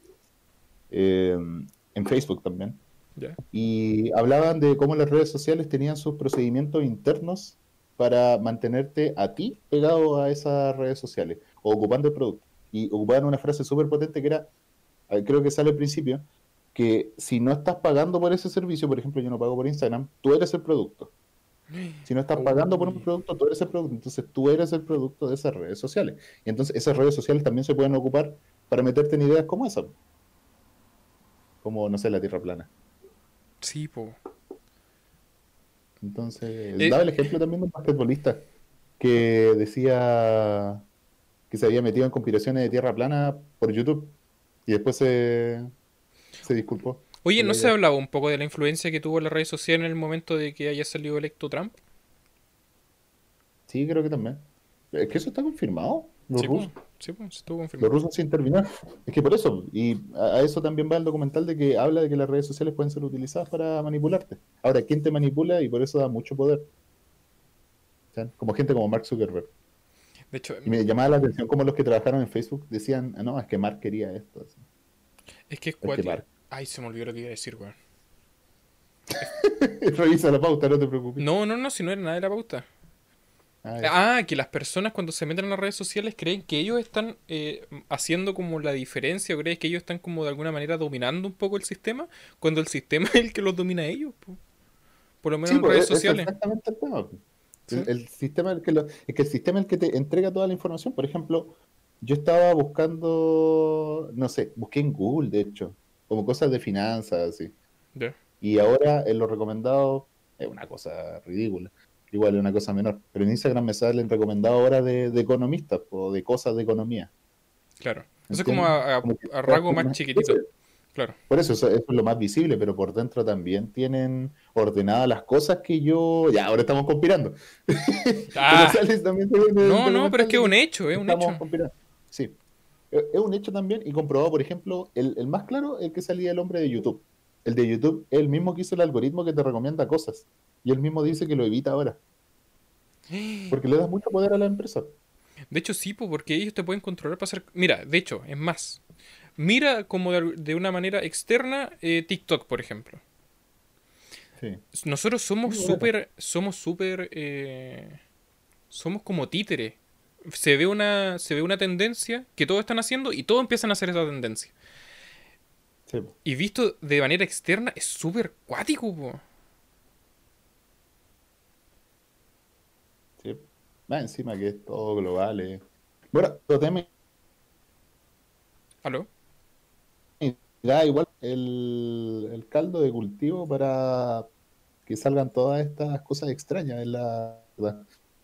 [SPEAKER 1] en Facebook también.
[SPEAKER 2] Ya.
[SPEAKER 1] Y hablaban de cómo las redes sociales tenían sus procedimientos internos para mantenerte a ti pegado a esas redes sociales o ocupando el producto. Y ocupaban una frase súper potente que era, creo que sale al principio, que si no estás pagando por ese servicio, por ejemplo, yo no pago por Instagram, tú eres el producto. Si no estás pagando por un
[SPEAKER 2] Uy.
[SPEAKER 1] producto, tú eres el producto. Entonces tú eres el producto de esas redes sociales. Y entonces esas redes sociales también se pueden ocupar para meterte en ideas como esa, como, no sé, la Tierra plana.
[SPEAKER 2] Sí, po.
[SPEAKER 1] Entonces,
[SPEAKER 2] Eh,
[SPEAKER 1] daba el ejemplo también de un basquetbolista que decía que se había metido en conspiraciones de Tierra plana por YouTube y después se disculpó
[SPEAKER 2] Oye,
[SPEAKER 1] por
[SPEAKER 2] ¿no
[SPEAKER 1] la
[SPEAKER 2] se
[SPEAKER 1] idea.
[SPEAKER 2] hablaba un poco de la influencia que tuvo las redes sociales en el momento de que haya salido electo Trump?
[SPEAKER 1] Sí, creo que también. Es que eso está confirmado. Los rusos.
[SPEAKER 2] Sí, pues, estuvo
[SPEAKER 1] Los
[SPEAKER 2] confirmado.
[SPEAKER 1] rusos sin terminar. Es que por eso, y a eso también va el documental de que habla de que las redes sociales pueden ser utilizadas para manipularte. Ahora, ¿quién te manipula? Y por eso da mucho poder. ¿Sí? Como gente como Mark Zuckerberg.
[SPEAKER 2] De hecho,
[SPEAKER 1] Y me llamaba la atención como los que trabajaron en Facebook decían, ah, no, es que Mark quería esto. Así.
[SPEAKER 2] es que es
[SPEAKER 1] Es que
[SPEAKER 2] cuático.
[SPEAKER 1] Mark.
[SPEAKER 2] Ay, se me olvidó lo que iba a decir, weón.
[SPEAKER 1] Revisa la pauta, no te preocupes.
[SPEAKER 2] No, no, no, si no era nada de la pauta.
[SPEAKER 1] Ah, ya.
[SPEAKER 2] Ah, que las personas cuando se meten en las redes sociales creen que ellos están haciendo como la diferencia, o creen que ellos están como de alguna manera dominando un poco el sistema, cuando el sistema es el que los domina a ellos, po. Por lo menos
[SPEAKER 1] Sí,
[SPEAKER 2] en
[SPEAKER 1] pues
[SPEAKER 2] redes
[SPEAKER 1] eso es
[SPEAKER 2] sociales.
[SPEAKER 1] exactamente el tema.
[SPEAKER 2] Sí,
[SPEAKER 1] El sistema es que el sistema es el que te entrega toda la información. Por ejemplo, yo estaba buscando, no sé, busqué en Google, de hecho, como cosas de finanzas, así.
[SPEAKER 2] ya,
[SPEAKER 1] Y ahora en los recomendados es una cosa ridícula. Igual es una cosa menor. Pero en Instagram me salen recomendados ahora de economistas o de cosas de economía.
[SPEAKER 2] claro. Eso es como
[SPEAKER 1] ¿Entiendes? Como que
[SPEAKER 2] a
[SPEAKER 1] te das
[SPEAKER 2] rasgo más chiquitito. Claro.
[SPEAKER 1] por eso, eso es lo más visible, pero por dentro también tienen ordenadas las cosas que yo. Ya, ahora estamos conspirando. Pero
[SPEAKER 2] Ah,
[SPEAKER 1] sales también del
[SPEAKER 2] no, no, pero es
[SPEAKER 1] documental
[SPEAKER 2] que
[SPEAKER 1] de
[SPEAKER 2] es un
[SPEAKER 1] que
[SPEAKER 2] hecho, es un
[SPEAKER 1] estamos
[SPEAKER 2] hecho.
[SPEAKER 1] conspirando. Sí, es un hecho también y comprobado, por ejemplo, el más claro, el que salía el hombre de YouTube. El de YouTube es el mismo que hizo el algoritmo que te recomienda cosas. Y él mismo dice que lo evita ahora, porque le das mucho poder a la empresa.
[SPEAKER 2] De hecho, sí, po, porque ellos te pueden controlar para hacer. Mira, de hecho, es más. Mira como de una manera externa TikTok, por ejemplo.
[SPEAKER 1] Sí,
[SPEAKER 2] Nosotros
[SPEAKER 1] sí, por eso.
[SPEAKER 2] somos como títeres. Se ve una tendencia que todos están haciendo y todos empiezan a hacer esa tendencia.
[SPEAKER 1] Sí, po,
[SPEAKER 2] Y visto de manera externa es súper cuático, po.
[SPEAKER 1] sí. Más encima que es todo global. Bueno, otro tema
[SPEAKER 2] ¿Aló?
[SPEAKER 1] da igual el caldo de cultivo para que salgan todas estas cosas extrañas en la verdad.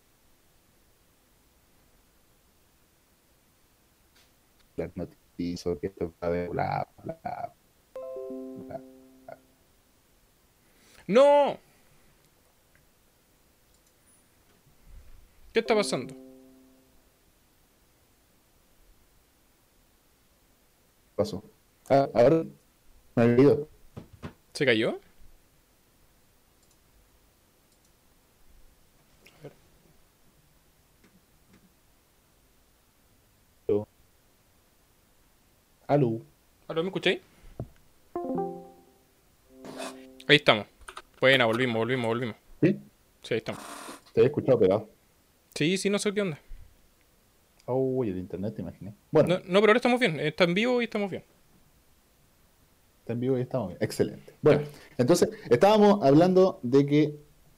[SPEAKER 1] Las noticias, que esto va de bla, bla, bla.
[SPEAKER 2] ¡No! ¿Qué está pasando?
[SPEAKER 1] Pasó. Ah, ahora me he ido.
[SPEAKER 2] ¿Se cayó?
[SPEAKER 1] Aló.
[SPEAKER 2] ¿Aló? ¿Me escucháis? Ahí estamos. Buena, volvimos.
[SPEAKER 1] ¿Sí?
[SPEAKER 2] Sí, ahí estamos.
[SPEAKER 1] Te he escuchado pegado.
[SPEAKER 2] Sí, sí, no sé qué onda.
[SPEAKER 1] Uy, el internet, te imaginé. Bueno,
[SPEAKER 2] No, no, pero ahora estamos bien. Está en vivo y estamos bien.
[SPEAKER 1] está en vivo y estamos bien. Excelente.
[SPEAKER 2] Ya.
[SPEAKER 1] Bueno, entonces, estábamos hablando de que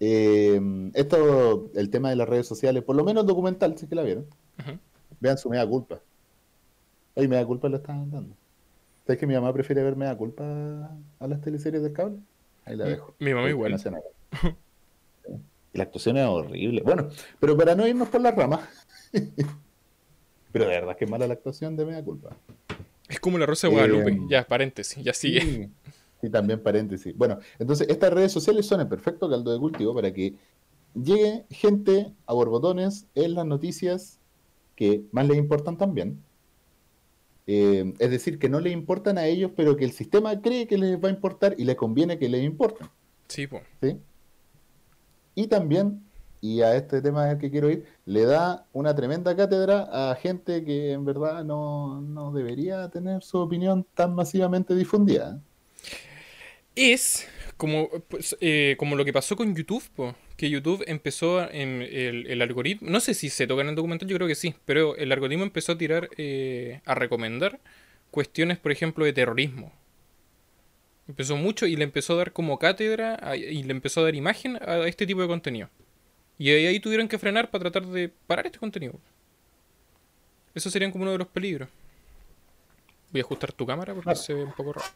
[SPEAKER 1] el tema de las redes sociales, por lo menos documental, si es que la vieron,
[SPEAKER 2] Ujú.
[SPEAKER 1] vean su mea culpa. Hoy mea culpa lo están dando. ¿Sabes que mi mamá prefiere ver mea culpa a las teleseries del cable? Ahí la dejo.
[SPEAKER 2] Mi mamá
[SPEAKER 1] Porque no
[SPEAKER 2] igual.
[SPEAKER 1] hacen nada. Y la actuación es horrible. Bueno, pero para no irnos por las ramas, pero de verdad que es mala la actuación de mea culpa.
[SPEAKER 2] Es como la Rosa de
[SPEAKER 1] Eh,
[SPEAKER 2] Guadalupe. Ya, paréntesis, ya sigue.
[SPEAKER 1] sí, sí, también paréntesis. Bueno, entonces estas redes sociales son el perfecto caldo de cultivo para que llegue gente a borbotones en las noticias que más les importan también. Es decir, que no les importan a ellos, pero que el sistema cree que les va a importar y les conviene que les importen.
[SPEAKER 2] Sí, po.
[SPEAKER 1] ¿Sí? Y también, y a este tema es el que quiero ir, le da una tremenda cátedra a gente que en verdad no debería tener su opinión tan masivamente difundida.
[SPEAKER 2] Es como, pues, como lo que pasó con YouTube, po. Que YouTube empezó en el algoritmo. No sé si se toca en el documental, yo creo que sí. Pero el algoritmo empezó a tirar, a recomendar cuestiones, por ejemplo, de terrorismo. Empezó mucho y le empezó a dar como cátedra y le empezó a dar imagen a este tipo de contenido. Y ahí tuvieron que frenar para tratar de parar este contenido. Eso serían como uno de los peligros. Voy a ajustar tu cámara porque
[SPEAKER 1] Claro,
[SPEAKER 2] se ve un poco raro.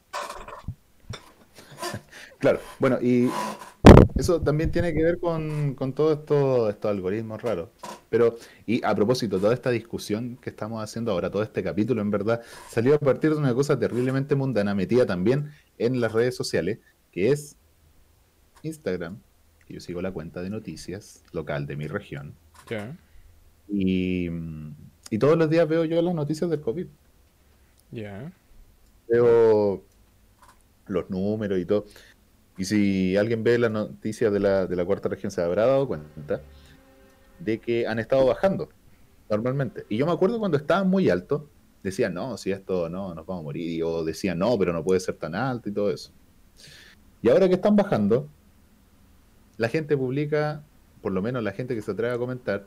[SPEAKER 1] claro. Bueno, y eso también tiene que ver con todos estos algoritmos raros. Pero, y a propósito, toda esta discusión que estamos haciendo ahora, todo este capítulo, en verdad, salió a partir de una cosa terriblemente mundana, metida también en las redes sociales, que es Instagram, que yo sigo la cuenta de noticias local de mi región,
[SPEAKER 2] Ya.
[SPEAKER 1] Y, y todos los días veo yo las noticias del COVID.
[SPEAKER 2] Ya.
[SPEAKER 1] Veo los números y todo. Y si alguien ve las noticias de la cuarta región, se habrá dado cuenta de que han estado bajando normalmente. Y yo me acuerdo cuando estaban muy altos, decían, no, si esto no, nos vamos a morir. O decían, no, pero no puede ser tan alto y todo eso. Y ahora que están bajando, la gente publica, por lo menos la gente que se atreve a comentar,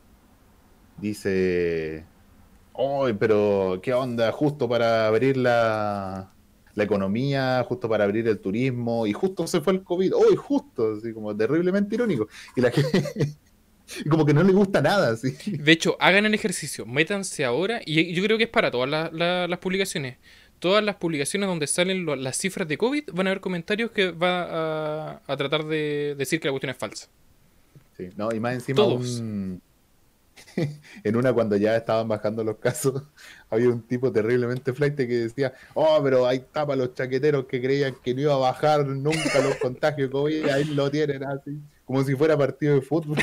[SPEAKER 1] dice, ¡ay, pero qué onda! Justo para abrir la economía, justo para abrir el turismo, y justo se fue el COVID, ¡ay, justo! Así como terriblemente irónico. Y la gente, y como que no le gusta nada, así.
[SPEAKER 2] De hecho, hagan el ejercicio, métanse ahora, y yo creo que es para todas las publicaciones. Todas las publicaciones donde salen las cifras de COVID van a haber comentarios que va a tratar de decir que la cuestión es falsa.
[SPEAKER 1] Sí, no, y más encima
[SPEAKER 2] Todos.
[SPEAKER 1] en una cuando ya estaban bajando los casos, había un tipo terriblemente flight que decía, oh, pero ahí está para los chaqueteros que creían que no iba a bajar nunca los contagios de COVID, ahí lo tienen así, como si fuera partido de fútbol.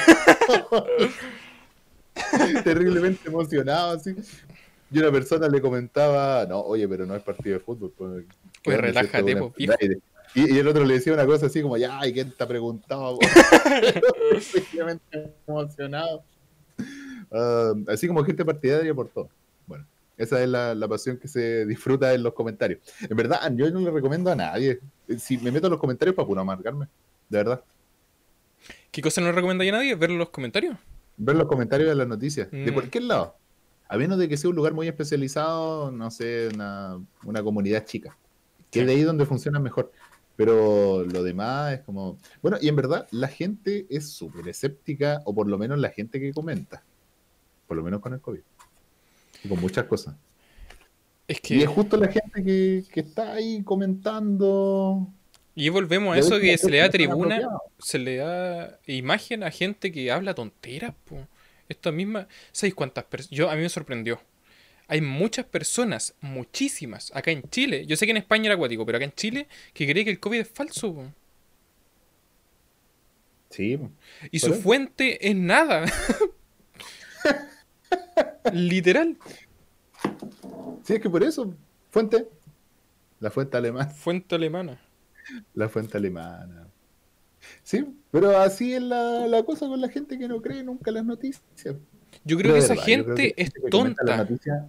[SPEAKER 1] Terriblemente emocionado así. Y una persona le comentaba, no, oye, pero no es partido de fútbol, pues, ¿qué
[SPEAKER 2] Pues
[SPEAKER 1] onda si esto es
[SPEAKER 2] relájate,
[SPEAKER 1] una
[SPEAKER 2] pues,
[SPEAKER 1] enfermedad?
[SPEAKER 2] viejo.
[SPEAKER 1] Y el otro le decía una cosa así como, ya, ¿y quién te ha preguntado? Terriblemente emocionado. Así como gente partidaria por todo. Bueno, esa es la pasión que se disfruta en los comentarios. En verdad, yo no le recomiendo a nadie. Si me meto en los comentarios para puro amargarme, de verdad.
[SPEAKER 2] ¿Qué cosa no recomendaría a nadie? ¿Ver los comentarios?
[SPEAKER 1] Ver los comentarios de las noticias, de
[SPEAKER 2] Mm,
[SPEAKER 1] cualquier lado. A menos de que sea un lugar muy especializado, no sé, una comunidad chica. Que
[SPEAKER 2] sí.
[SPEAKER 1] es de ahí donde funciona mejor. Pero lo demás es como... Bueno, y en verdad la gente es súper escéptica, o por lo menos la gente que comenta. Por lo menos con el COVID. Y con muchas cosas.
[SPEAKER 2] Es
[SPEAKER 1] Y es
[SPEAKER 2] que...
[SPEAKER 1] justo la gente que está ahí comentando.
[SPEAKER 2] Y volvemos a
[SPEAKER 1] Y a
[SPEAKER 2] eso
[SPEAKER 1] veces las
[SPEAKER 2] que se le
[SPEAKER 1] veces
[SPEAKER 2] da
[SPEAKER 1] no están
[SPEAKER 2] tribuna,
[SPEAKER 1] apropiadas.
[SPEAKER 2] se le da imagen a gente que habla tonteras, po. Esta misma... ¿Sabéis cuántas personas? A mí me sorprendió. Hay muchas personas, muchísimas, acá en Chile. Yo sé que en España era acuático, pero acá en Chile, que cree que el COVID es falso, po.
[SPEAKER 1] Sí,
[SPEAKER 2] Y
[SPEAKER 1] por
[SPEAKER 2] su
[SPEAKER 1] eso.
[SPEAKER 2] fuente es nada. Literal.
[SPEAKER 1] Sí, es que por eso. Fuente. La fuente alemana.
[SPEAKER 2] Fuente alemana.
[SPEAKER 1] La fuente alemana. Sí, pero así es la cosa con la gente que no cree nunca en las noticias.
[SPEAKER 2] Yo creo
[SPEAKER 1] Pero
[SPEAKER 2] que
[SPEAKER 1] de
[SPEAKER 2] esa
[SPEAKER 1] verdad, yo creo que
[SPEAKER 2] gente
[SPEAKER 1] la
[SPEAKER 2] es
[SPEAKER 1] gente que comenta las
[SPEAKER 2] tonta.
[SPEAKER 1] noticias.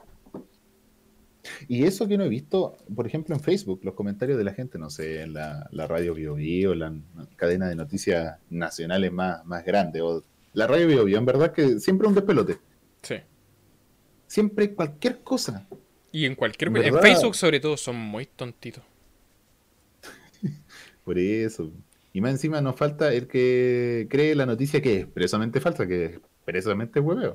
[SPEAKER 1] Y eso que no he visto, por ejemplo, en Facebook, los comentarios de la gente, no sé, en la radio Bio Bio, la cadena de noticias nacionales más grande, o la radio Bio Bio, en verdad que siempre un despelote.
[SPEAKER 2] Sí.
[SPEAKER 1] Siempre cualquier cosa.
[SPEAKER 2] Y en cualquier...
[SPEAKER 1] En
[SPEAKER 2] En
[SPEAKER 1] verdad,
[SPEAKER 2] Facebook sobre todo son muy tontitos.
[SPEAKER 1] por eso. Y más encima nos falta el que cree la noticia que es expresamente falsa, que es expresamente hueveo.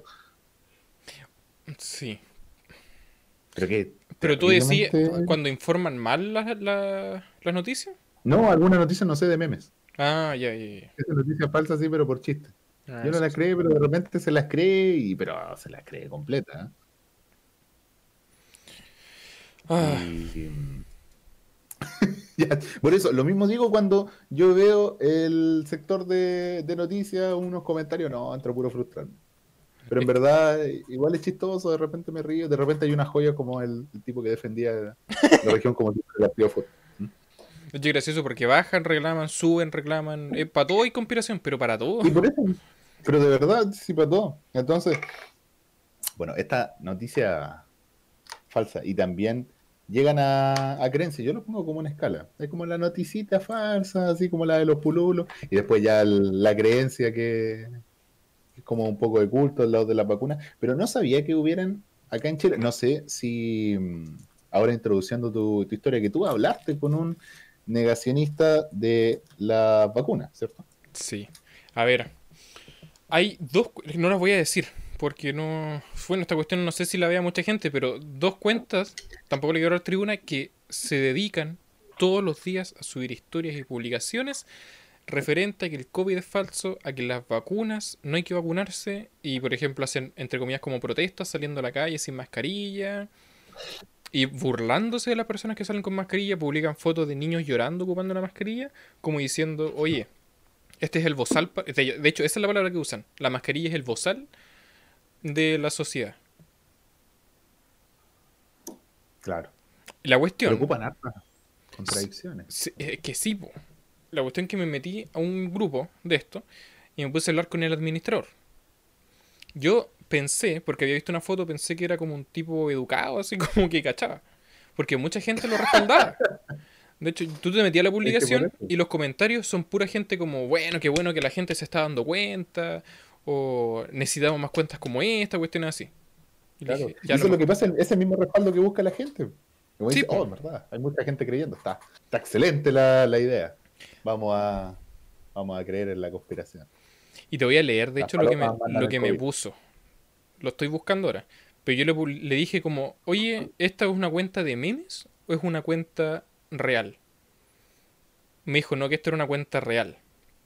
[SPEAKER 2] Sí.
[SPEAKER 1] Pero que
[SPEAKER 2] Pero tú decís,
[SPEAKER 1] terriblemente...
[SPEAKER 2] cuando informan mal las noticias.
[SPEAKER 1] No, alguna noticia no sé de memes.
[SPEAKER 2] Ah, ya, ya, ya.
[SPEAKER 1] Esa noticia falsa sí, pero por chiste.
[SPEAKER 2] Ah,
[SPEAKER 1] Yo no
[SPEAKER 2] eso
[SPEAKER 1] la
[SPEAKER 2] sí.
[SPEAKER 1] cree, pero de repente se las cree, pero se las cree completa. ¿Eh?
[SPEAKER 2] Ah,
[SPEAKER 1] Ya, por eso, lo mismo digo cuando yo veo el sector de noticias, unos comentarios, no, entro puro frustrarme. Pero en
[SPEAKER 2] es que,
[SPEAKER 1] verdad, igual es chistoso, de repente me río, de repente hay una joya como el tipo que defendía la región como si fuera el Piojo. ¿Mm?
[SPEAKER 2] es gracioso porque bajan, reclaman, suben, reclaman. Para todo hay conspiración, pero para todo.
[SPEAKER 1] Y por eso, pero de verdad, sí para todo. Entonces, bueno, esta noticia falsa y también llegan a creencias, yo lo pongo como una escala, es como la noticita falsa, así como la de los pululos, y después ya la creencia que es como un poco de culto al lado de las vacunas, pero no sabía que hubieran acá en Chile, no sé si ahora introduciendo tu historia, que tú hablaste con un negacionista de la vacuna, ¿cierto?
[SPEAKER 2] Sí. A ver, hay dos, no las voy a decir, porque no, bueno, esta cuestión no sé si la vea mucha gente, pero dos cuentas, tampoco le quiero dar tribuna, que se dedican todos los días a subir historias y publicaciones referente a que el COVID es falso, a que las vacunas no hay que vacunarse y, por ejemplo, hacen, entre comillas, como protestas saliendo a la calle sin mascarilla y burlándose de las personas que salen con mascarilla, publican fotos de niños llorando ocupando la mascarilla, como diciendo, oye, este es el bozal, de hecho, esa es la palabra que usan, la mascarilla es el bozal de la sociedad.
[SPEAKER 1] Claro.
[SPEAKER 2] La cuestión,
[SPEAKER 1] Preocupan hartas contradicciones.
[SPEAKER 2] que sí, po. La cuestión es que me metí a un grupo de esto y me puse a hablar con el administrador. Yo pensé, porque había visto una foto, pensé que era como un tipo educado, así como que cachaba. Porque mucha gente lo respaldaba. De hecho, tú te metías a la
[SPEAKER 1] Es que por
[SPEAKER 2] publicación
[SPEAKER 1] eso.
[SPEAKER 2] y los comentarios son pura gente como, bueno que la gente se está dando cuenta, o necesitamos más cuentas como esta, cuestiones así. Y le
[SPEAKER 1] Claro.
[SPEAKER 2] dije,
[SPEAKER 1] Y
[SPEAKER 2] ya a lo
[SPEAKER 1] eso es lo que
[SPEAKER 2] mejor.
[SPEAKER 1] pasa, ese mismo respaldo que busca la gente. Como
[SPEAKER 2] Sí,
[SPEAKER 1] dice,
[SPEAKER 2] po.
[SPEAKER 1] oh, en verdad, hay mucha gente creyendo. Está excelente la idea. Vamos a, vamos a creer en la conspiración.
[SPEAKER 2] Y te voy a leer, de
[SPEAKER 1] Las
[SPEAKER 2] hecho,
[SPEAKER 1] palomas
[SPEAKER 2] lo
[SPEAKER 1] mandan el
[SPEAKER 2] que me
[SPEAKER 1] COVID.
[SPEAKER 2] puso. Lo estoy buscando ahora. Pero yo le dije como, oye, ¿esta es una cuenta de memes o es una cuenta real? Me dijo, no, que esto era una cuenta real.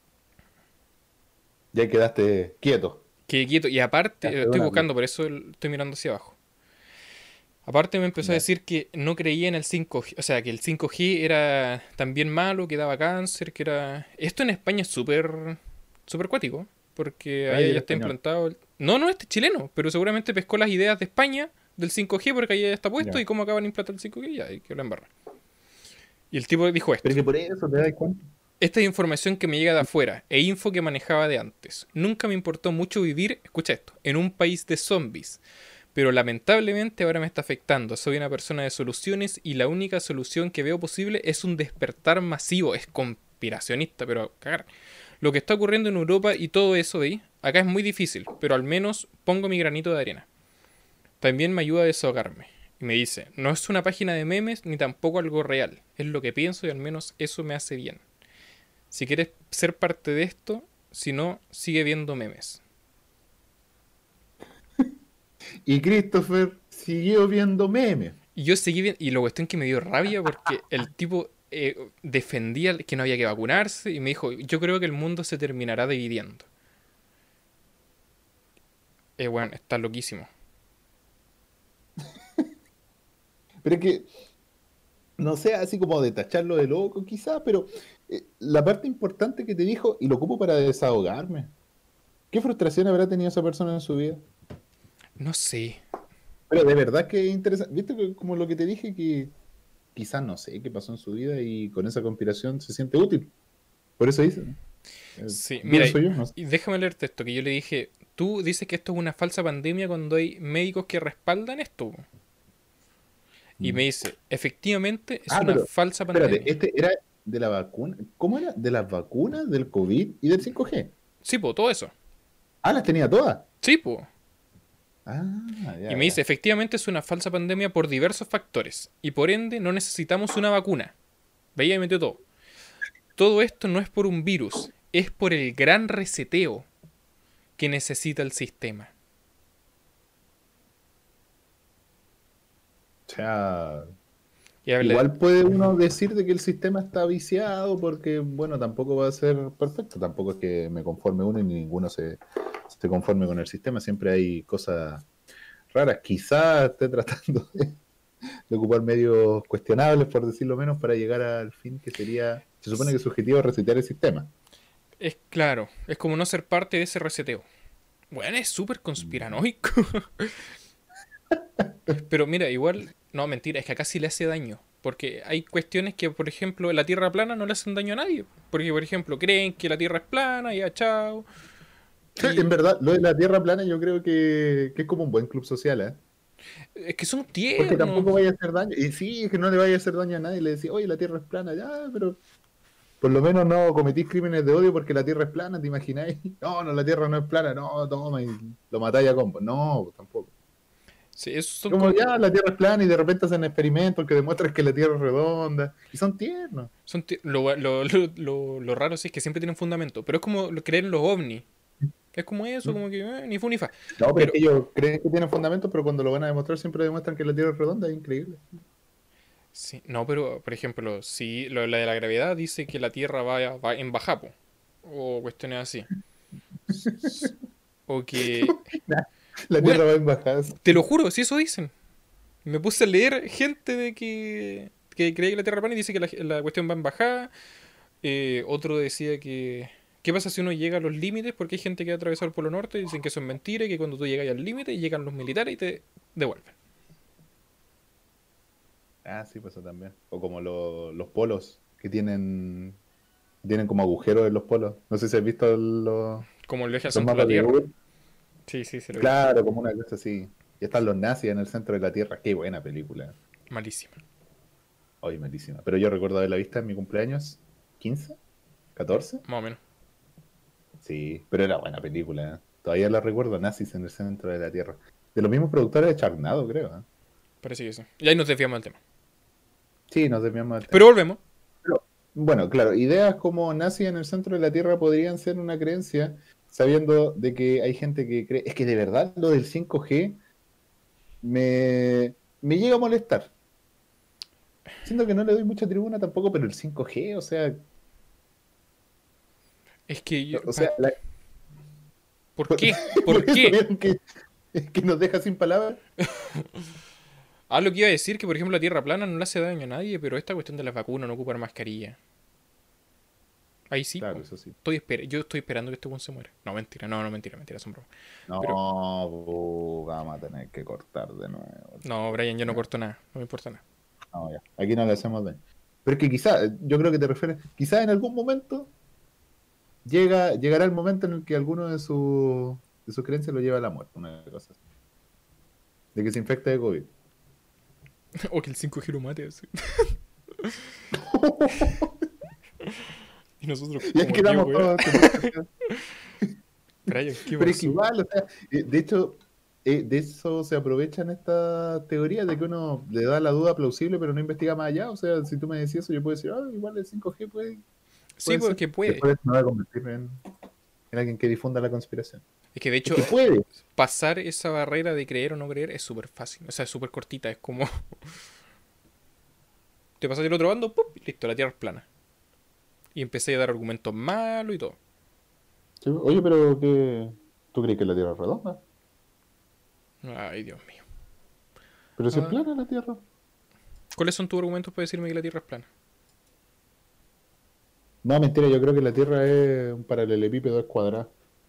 [SPEAKER 1] Ya quedaste quieto.
[SPEAKER 2] Que quieto. Y aparte,
[SPEAKER 1] Quedaste de
[SPEAKER 2] estoy
[SPEAKER 1] una vez.
[SPEAKER 2] buscando, por eso estoy mirando hacia abajo. Aparte me empezó a
[SPEAKER 1] Ya.
[SPEAKER 2] decir que no creía en el 5G, o sea, que el 5G era también malo, que daba cáncer, que era... Esto en España es súper cuático, porque
[SPEAKER 1] Ay,
[SPEAKER 2] allá
[SPEAKER 1] el
[SPEAKER 2] ya está
[SPEAKER 1] español.
[SPEAKER 2] implantado... No, no, este es chileno, pero seguramente pescó las ideas de España del 5G porque allá ya está puesto
[SPEAKER 1] Ya.
[SPEAKER 2] y cómo acaban de implantar el 5G ya, y que lo embarra. Y el tipo dijo
[SPEAKER 1] Pero
[SPEAKER 2] esto.
[SPEAKER 1] que por eso te das cuenta.
[SPEAKER 2] Esta es información que me llega de afuera e info que manejaba de antes. Nunca me importó mucho vivir, escucha esto, en un país de zombies. Pero lamentablemente ahora me está afectando. Soy una persona de soluciones y la única solución que veo posible es un despertar masivo. Es conspiracionista, pero cagar. Lo que está ocurriendo en Europa y todo eso, ¿veis? Acá es muy difícil, pero al menos pongo mi granito de arena. También me ayuda a desahogarme. Y me dice, no es una página de memes ni tampoco algo real. Es lo que pienso y al menos eso me hace bien. Si quieres ser parte de esto, si no, sigue viendo memes.
[SPEAKER 1] Y Christopher siguió viendo memes.
[SPEAKER 2] Y yo seguí viendo, y la cuestión que me dio rabia porque el tipo defendía que no había que vacunarse y me dijo, yo creo que el mundo se terminará dividiendo. Bueno, está loquísimo.
[SPEAKER 1] Pero es que, no sé, así como de tacharlo de loco, quizás, pero la parte importante que te dijo, y lo ocupo para desahogarme. ¿Qué frustración habrá tenido esa persona en su vida?
[SPEAKER 2] No sé.
[SPEAKER 1] Pero de verdad que es interesante. ¿Viste como lo que te dije? Que quizás no sé qué pasó en su vida y con esa conspiración se siente útil. Por eso dice, ¿no?
[SPEAKER 2] Sí, mira,
[SPEAKER 1] Pienso yo, no sé.
[SPEAKER 2] y déjame leerte esto, que yo le dije, tú dices que esto es una falsa pandemia cuando hay médicos que respaldan esto. Y me
[SPEAKER 1] Mm.
[SPEAKER 2] dice, efectivamente es
[SPEAKER 1] Ah,
[SPEAKER 2] una
[SPEAKER 1] pero
[SPEAKER 2] falsa
[SPEAKER 1] espérate,
[SPEAKER 2] pandemia.
[SPEAKER 1] este era de la vacuna. ¿Cómo era? De las vacunas, del COVID y del 5G.
[SPEAKER 2] Sí, po, todo eso.
[SPEAKER 1] Ah, las tenía todas.
[SPEAKER 2] Sí, po.
[SPEAKER 1] Ah,
[SPEAKER 2] Y
[SPEAKER 1] ya,
[SPEAKER 2] me dice,
[SPEAKER 1] ya.
[SPEAKER 2] efectivamente es una falsa pandemia por diversos factores. Y por ende no necesitamos una vacuna. Veía y metió todo. Todo esto no es por un virus, es por el gran reseteo que necesita el sistema.
[SPEAKER 1] O sea,
[SPEAKER 2] Y habla,
[SPEAKER 1] igual puede uno decir de que el sistema está viciado porque, bueno, tampoco va a ser perfecto. Tampoco es que me conforme uno y ni ninguno se conforme con el sistema. Siempre hay cosas raras. Quizás esté tratando de ocupar medios cuestionables, por decirlo menos, para llegar al fin que sería, se supone que su objetivo es resetear el sistema.
[SPEAKER 2] es claro, es como no ser parte de ese reseteo. Bueno, es súper
[SPEAKER 1] Mm.
[SPEAKER 2] conspiranoico. Pero mira, igual, no, mentira, es que acá sí le hace daño. Porque hay cuestiones que, por ejemplo, la Tierra plana no le hacen daño a nadie. Porque, por ejemplo, creen que la Tierra es plana y ya, chao.
[SPEAKER 1] En
[SPEAKER 2] Y
[SPEAKER 1] verdad, lo de la Tierra plana yo creo que es como un buen club social, ¿eh?
[SPEAKER 2] es que son
[SPEAKER 1] Porque
[SPEAKER 2] tiernos.
[SPEAKER 1] tampoco vaya a hacer daño. Y sí, es que no le vaya a hacer daño a nadie. Le decía, oye, la Tierra es plana, ya, pero por lo menos no cometís crímenes de odio porque la Tierra es plana, ¿te imagináis? No, no, la Tierra no es plana, no, toma y lo matáis a combo. No, pues, tampoco.
[SPEAKER 2] Sí, esos son
[SPEAKER 1] Como
[SPEAKER 2] como.
[SPEAKER 1] ya la Tierra es plana y de repente hacen experimentos que demuestran que la Tierra es redonda. Y son tiernos.
[SPEAKER 2] Lo raro sí es que siempre tienen fundamento. Pero es como creer en los ovnis. Es como eso,
[SPEAKER 1] ¿Mm?
[SPEAKER 2] como que ni fu ni fa.
[SPEAKER 1] No, pero es
[SPEAKER 2] Pero,
[SPEAKER 1] que ellos creen que tienen fundamento, pero cuando lo van a demostrar siempre demuestran que la Tierra es redonda, es increíble.
[SPEAKER 2] sí, no, pero, por ejemplo, si la de la gravedad dice que la Tierra va en bajapo. O cuestiones así. O que.
[SPEAKER 1] La
[SPEAKER 2] Bueno,
[SPEAKER 1] Tierra va en bajadas.
[SPEAKER 2] te lo juro, si eso dicen. Me puse a leer gente de que creía que la Tierra es plana y dice que la cuestión va en bajada. Otro decía ¿Qué pasa si uno llega a los límites? Porque hay gente que ha atravesado el Polo Norte y dicen que eso es mentira y que cuando tú llegas al límite llegan los militares y te devuelven.
[SPEAKER 1] Ah, sí, pues eso también. O como los polos tienen como agujeros en los polos. No sé si has visto
[SPEAKER 2] Como el viaje al
[SPEAKER 1] los
[SPEAKER 2] centro de la
[SPEAKER 1] mapas de
[SPEAKER 2] Tierra.
[SPEAKER 1] Google.
[SPEAKER 2] Sí, sí, se lo he visto.
[SPEAKER 1] Claro, como una cosa así. Y están los nazis en el centro de la Tierra. Qué buena película.
[SPEAKER 2] Malísima.
[SPEAKER 1] Hoy malísima. Pero yo recuerdo haberla vista en mi cumpleaños. ¿15? ¿14?
[SPEAKER 2] Más o menos.
[SPEAKER 1] Sí, pero era buena película. Todavía la recuerdo, nazis en el centro de la Tierra. De los mismos productores de Charnado, creo.
[SPEAKER 2] Parece que sí. Y ahí nos desviamos del tema.
[SPEAKER 1] Sí, nos desviamos del
[SPEAKER 2] Pero
[SPEAKER 1] tema.
[SPEAKER 2] volvemos.
[SPEAKER 1] Pero, bueno, claro, ideas como nazis en el centro de la Tierra podrían ser una creencia, sabiendo de que hay gente que cree. Es que de verdad lo del 5G me llega a molestar. Siento que no le doy mucha tribuna tampoco, pero el 5G, o sea,
[SPEAKER 2] Es que
[SPEAKER 1] o sea,
[SPEAKER 2] ¿por qué?
[SPEAKER 1] por
[SPEAKER 2] ¿Por
[SPEAKER 1] eso
[SPEAKER 2] qué?
[SPEAKER 1] vieron que nos deja sin palabras.
[SPEAKER 2] Ah, lo que iba a decir, que por ejemplo la Tierra plana no le hace daño a nadie, pero esta cuestión de las vacunas, no ocupar mascarilla. Ahí sí,
[SPEAKER 1] Claro,
[SPEAKER 2] po.
[SPEAKER 1] eso sí.
[SPEAKER 2] Yo estoy esperando que este weón se muera. No, mentira, no, mentira, son bromas.
[SPEAKER 1] No,
[SPEAKER 2] Pero,
[SPEAKER 1] vamos a tener que cortar de nuevo.
[SPEAKER 2] no, Brian, yo no corto nada, no me importa nada.
[SPEAKER 1] No, ya. Aquí no le hacemos daño. Pero es que quizá, yo creo que te refieres, quizá en algún momento llegará el momento en el que alguno de sus creencias lo lleva a la muerte, una cosa así. De que se infecte de COVID.
[SPEAKER 2] O que el 5G lo mate así. Y nosotros
[SPEAKER 1] Y es
[SPEAKER 2] como
[SPEAKER 1] que
[SPEAKER 2] qué
[SPEAKER 1] damos
[SPEAKER 2] weá.
[SPEAKER 1] todo.
[SPEAKER 2] Brian, ¿qué
[SPEAKER 1] Pero es que
[SPEAKER 2] pasó?
[SPEAKER 1] igual, o sea, de hecho, de eso se aprovechan estas teorías de que uno le da la duda plausible, pero no investiga más allá. O sea, si tú me decís eso, yo puedo decir, igual el 5G
[SPEAKER 2] Sí,
[SPEAKER 1] puede ser.
[SPEAKER 2] porque puede.
[SPEAKER 1] Después me va a convertir en alguien que difunda la conspiración.
[SPEAKER 2] Es que de
[SPEAKER 1] Es
[SPEAKER 2] hecho,
[SPEAKER 1] que puede.
[SPEAKER 2] pasar esa barrera de creer o no creer es súper fácil. O sea, es súper cortita. Es como te pasas del otro bando, ¡pum! Y listo, la Tierra es plana. Y empecé a dar argumentos malos y todo.
[SPEAKER 1] Sí, oye, pero ¿qué? ¿Tú crees que la Tierra es redonda?
[SPEAKER 2] Ay, Dios mío.
[SPEAKER 1] Pero si es
[SPEAKER 2] Ah,
[SPEAKER 1] plana la Tierra.
[SPEAKER 2] ¿cuáles son tus argumentos para decirme que la Tierra es plana?
[SPEAKER 1] No, mentira, yo creo que la Tierra es un paralelepípedo, es cuadrada.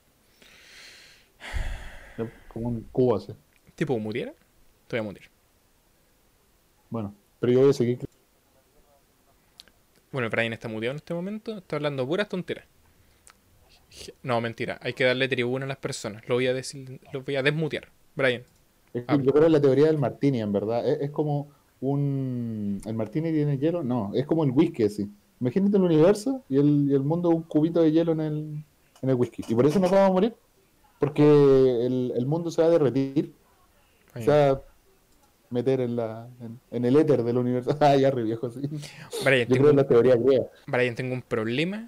[SPEAKER 1] Es como un cubo así.
[SPEAKER 2] ¿Te puedo mutear? Te voy a mutear.
[SPEAKER 1] Bueno, pero yo voy a seguir.
[SPEAKER 2] Bueno, Brian está muteado en este momento. Está hablando puras tonteras. No, mentira. Hay que darle tribuna a las personas. Lo voy a desmutear. Brian,
[SPEAKER 1] Es que
[SPEAKER 2] habla.
[SPEAKER 1] yo creo en la teoría del martini, en verdad. Es como un. ¿El martini tiene hielo? No, es como el whisky, así. Imagínate el universo y el mundo un cubito de hielo en el whisky. Y por eso nos vamos a morir. Porque el mundo se va a derretir. Se
[SPEAKER 2] Brian,
[SPEAKER 1] va a meter en el éter del universo. Ah, ya re viejo, sí.
[SPEAKER 2] Brian,
[SPEAKER 1] Yo creo en la teoría griega.
[SPEAKER 2] Brian, tengo un problema.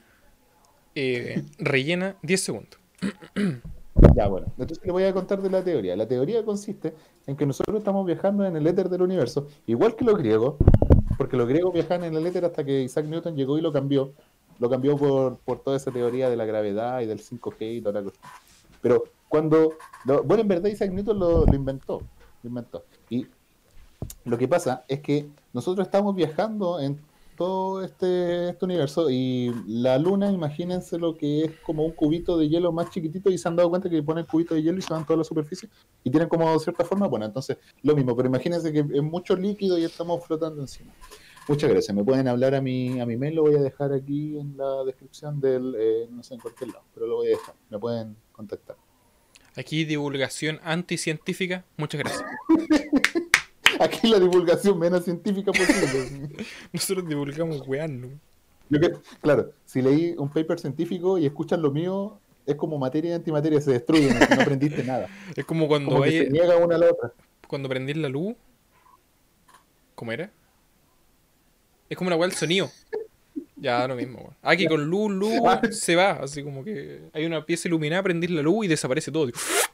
[SPEAKER 2] Rellena 10 segundos.
[SPEAKER 1] Ya, bueno. Entonces le voy a contar de la teoría. La teoría consiste en que nosotros estamos viajando en el éter del universo, igual que los griegos, porque los griegos viajaban en el éter hasta que Isaac Newton llegó y lo cambió. Lo cambió por toda esa teoría de la gravedad y del 5G y toda la cosa. Pero bueno, en verdad Isaac Newton lo inventó. Lo inventó. Y lo que pasa es que nosotros estamos viajando en todo este universo y la luna, imagínense lo que es como un cubito de hielo más chiquitito y se han dado cuenta que ponen cubito de hielo y se van toda la superficie y tienen como cierta forma, bueno, entonces lo mismo, pero imagínense que es mucho líquido y estamos flotando encima. Muchas gracias, me pueden hablar a mi mail, lo voy a dejar aquí en la descripción no sé, en cualquier lado, pero lo voy a dejar, me pueden contactar.
[SPEAKER 2] Aquí divulgación anticientífica. Muchas gracias.
[SPEAKER 1] Aquí la divulgación menos científica posible.
[SPEAKER 2] Nosotros divulgamos weá, ¿no?
[SPEAKER 1] Claro, si leí un paper científico y escuchas lo mío, es como materia y antimateria, se destruyen, no aprendiste nada.
[SPEAKER 2] Es como cuando
[SPEAKER 1] Como que se niega una a la otra.
[SPEAKER 2] cuando prendís la luz. ¿Cómo era? Es como una weá del sonido. Ya, lo mismo, weón. Ah, que con luz se va. Así como que hay una pieza iluminada, prendís la luz y desaparece todo.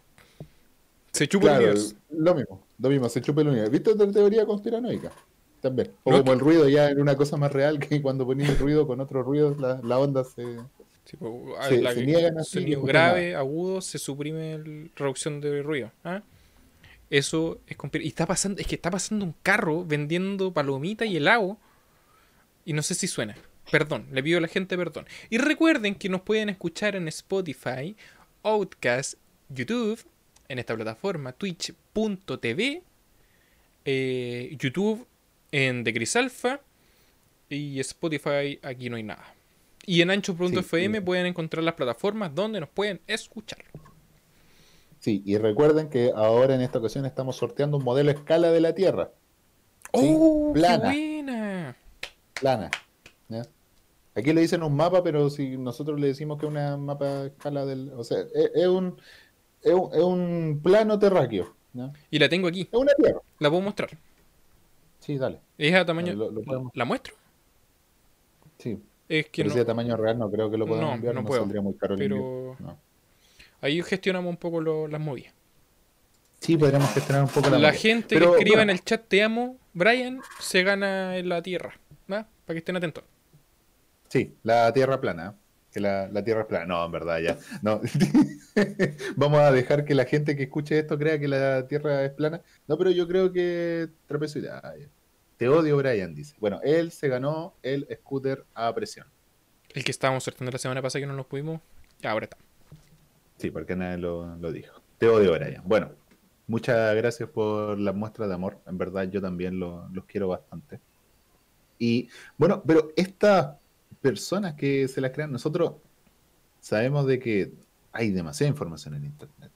[SPEAKER 2] Se chupa el
[SPEAKER 1] Claro,
[SPEAKER 2] universo.
[SPEAKER 1] lo mismo, se chupa el universo. ¿Viste otra teoría conspiranoica? También. O
[SPEAKER 2] No es
[SPEAKER 1] como
[SPEAKER 2] que,
[SPEAKER 1] el ruido ya en una cosa más real que cuando ponías el ruido con otros ruidos, la onda
[SPEAKER 2] tipo,
[SPEAKER 1] se niegan así y
[SPEAKER 2] sonido
[SPEAKER 1] escuchan nada.
[SPEAKER 2] grave, agudo, se suprime la reducción de ruido. ¿Ah? Eso es y está pasando, es que está pasando un carro vendiendo palomitas y helado. Y no sé si suena. Perdón, le pido a la gente perdón. Y recuerden que nos pueden escuchar en Spotify, Outcast, YouTube, en esta plataforma, twitch.tv, YouTube en The Gris Alpha y Spotify, aquí no hay nada. Y en ancho.fm pueden encontrar las plataformas donde nos pueden escuchar.
[SPEAKER 1] Sí, y recuerden que ahora en esta ocasión estamos sorteando un modelo a escala de la Tierra. ¿Sí?
[SPEAKER 2] ¡Oh, qué
[SPEAKER 1] Plana,
[SPEAKER 2] buena!
[SPEAKER 1] plana. ¿Ya? Aquí le dicen un mapa, pero si nosotros le decimos que es una mapa a escala del... O sea, es un plano terráqueo. ¿Ya?
[SPEAKER 2] Y la tengo aquí,
[SPEAKER 1] Es una Tierra.
[SPEAKER 2] la puedo mostrar.
[SPEAKER 1] Sí, dale.
[SPEAKER 2] Es a tamaño...
[SPEAKER 1] Lo podemos...
[SPEAKER 2] ¿La muestro?
[SPEAKER 1] Sí,
[SPEAKER 2] Es que
[SPEAKER 1] pero
[SPEAKER 2] no,
[SPEAKER 1] si a tamaño real no creo que lo podamos enviar,
[SPEAKER 2] no
[SPEAKER 1] nos
[SPEAKER 2] puedo.
[SPEAKER 1] saldría muy caro el envío.
[SPEAKER 2] Pero
[SPEAKER 1] No.
[SPEAKER 2] ahí gestionamos un poco las movidas.
[SPEAKER 1] Sí, podríamos gestionar un poco
[SPEAKER 2] La
[SPEAKER 1] movida.
[SPEAKER 2] gente
[SPEAKER 1] Pero,
[SPEAKER 2] que escriba en
[SPEAKER 1] bueno,
[SPEAKER 2] el chat te amo, Brian, se gana en la tierra. ¿Va? Para que estén atentos.
[SPEAKER 1] sí, la Tierra plana. Que la Tierra es plana. No, en verdad ya. No. Vamos a dejar que la gente que escuche esto crea que la Tierra es plana. No, pero yo creo que trapecio ya. Te odio, Brian, dice. Bueno, él se ganó el scooter a presión.
[SPEAKER 2] El que estábamos sorteando la semana pasada que no nos pudimos, ahora está.
[SPEAKER 1] Sí, porque nadie lo dijo. Te odio, Brian. Bueno, muchas gracias por las muestras de amor. En verdad, yo también los quiero bastante. Y bueno, pero estas personas que se las crean, nosotros sabemos de que hay demasiada información en Internet.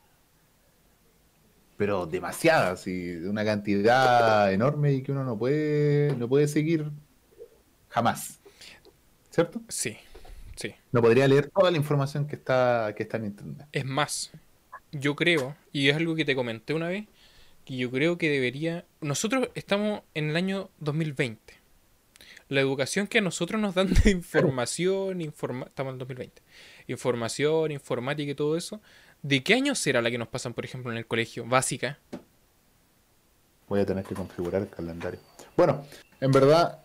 [SPEAKER 1] Pero demasiadas y de una cantidad enorme y que uno no puede seguir jamás. ¿Cierto?
[SPEAKER 2] Sí, sí.
[SPEAKER 1] No podría leer toda la información que está en Internet.
[SPEAKER 2] Es más, yo creo, y es algo que te comenté una vez, que yo creo que debería... Nosotros estamos en el año 2020. La educación que a nosotros nos dan de información, estamos en el 2020. Información, informática y todo eso. ¿De qué año será la que nos pasan, por ejemplo, en el colegio? Básica.
[SPEAKER 1] Voy a tener que configurar el calendario. Bueno, en verdad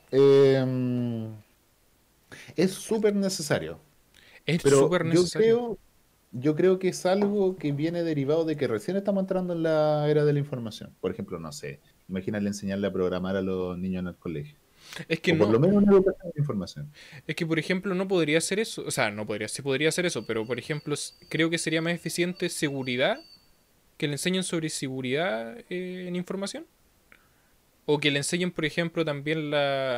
[SPEAKER 1] es súper necesario.
[SPEAKER 2] Es
[SPEAKER 1] Pero
[SPEAKER 2] súper necesario.
[SPEAKER 1] yo creo que es algo que viene derivado de que recién estamos entrando en la era de la información. Por ejemplo, no sé, imagínate enseñarle a programar a los niños en el colegio.
[SPEAKER 2] Es que
[SPEAKER 1] O por
[SPEAKER 2] no,
[SPEAKER 1] lo menos una educación de información.
[SPEAKER 2] es que por ejemplo no podría hacer eso. O sea, no podría, sí podría hacer eso, pero por ejemplo creo que sería más eficiente seguridad, que le enseñen sobre seguridad en información. O que le enseñen, por ejemplo, también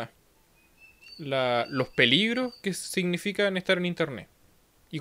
[SPEAKER 2] los peligros que significan estar en internet. Y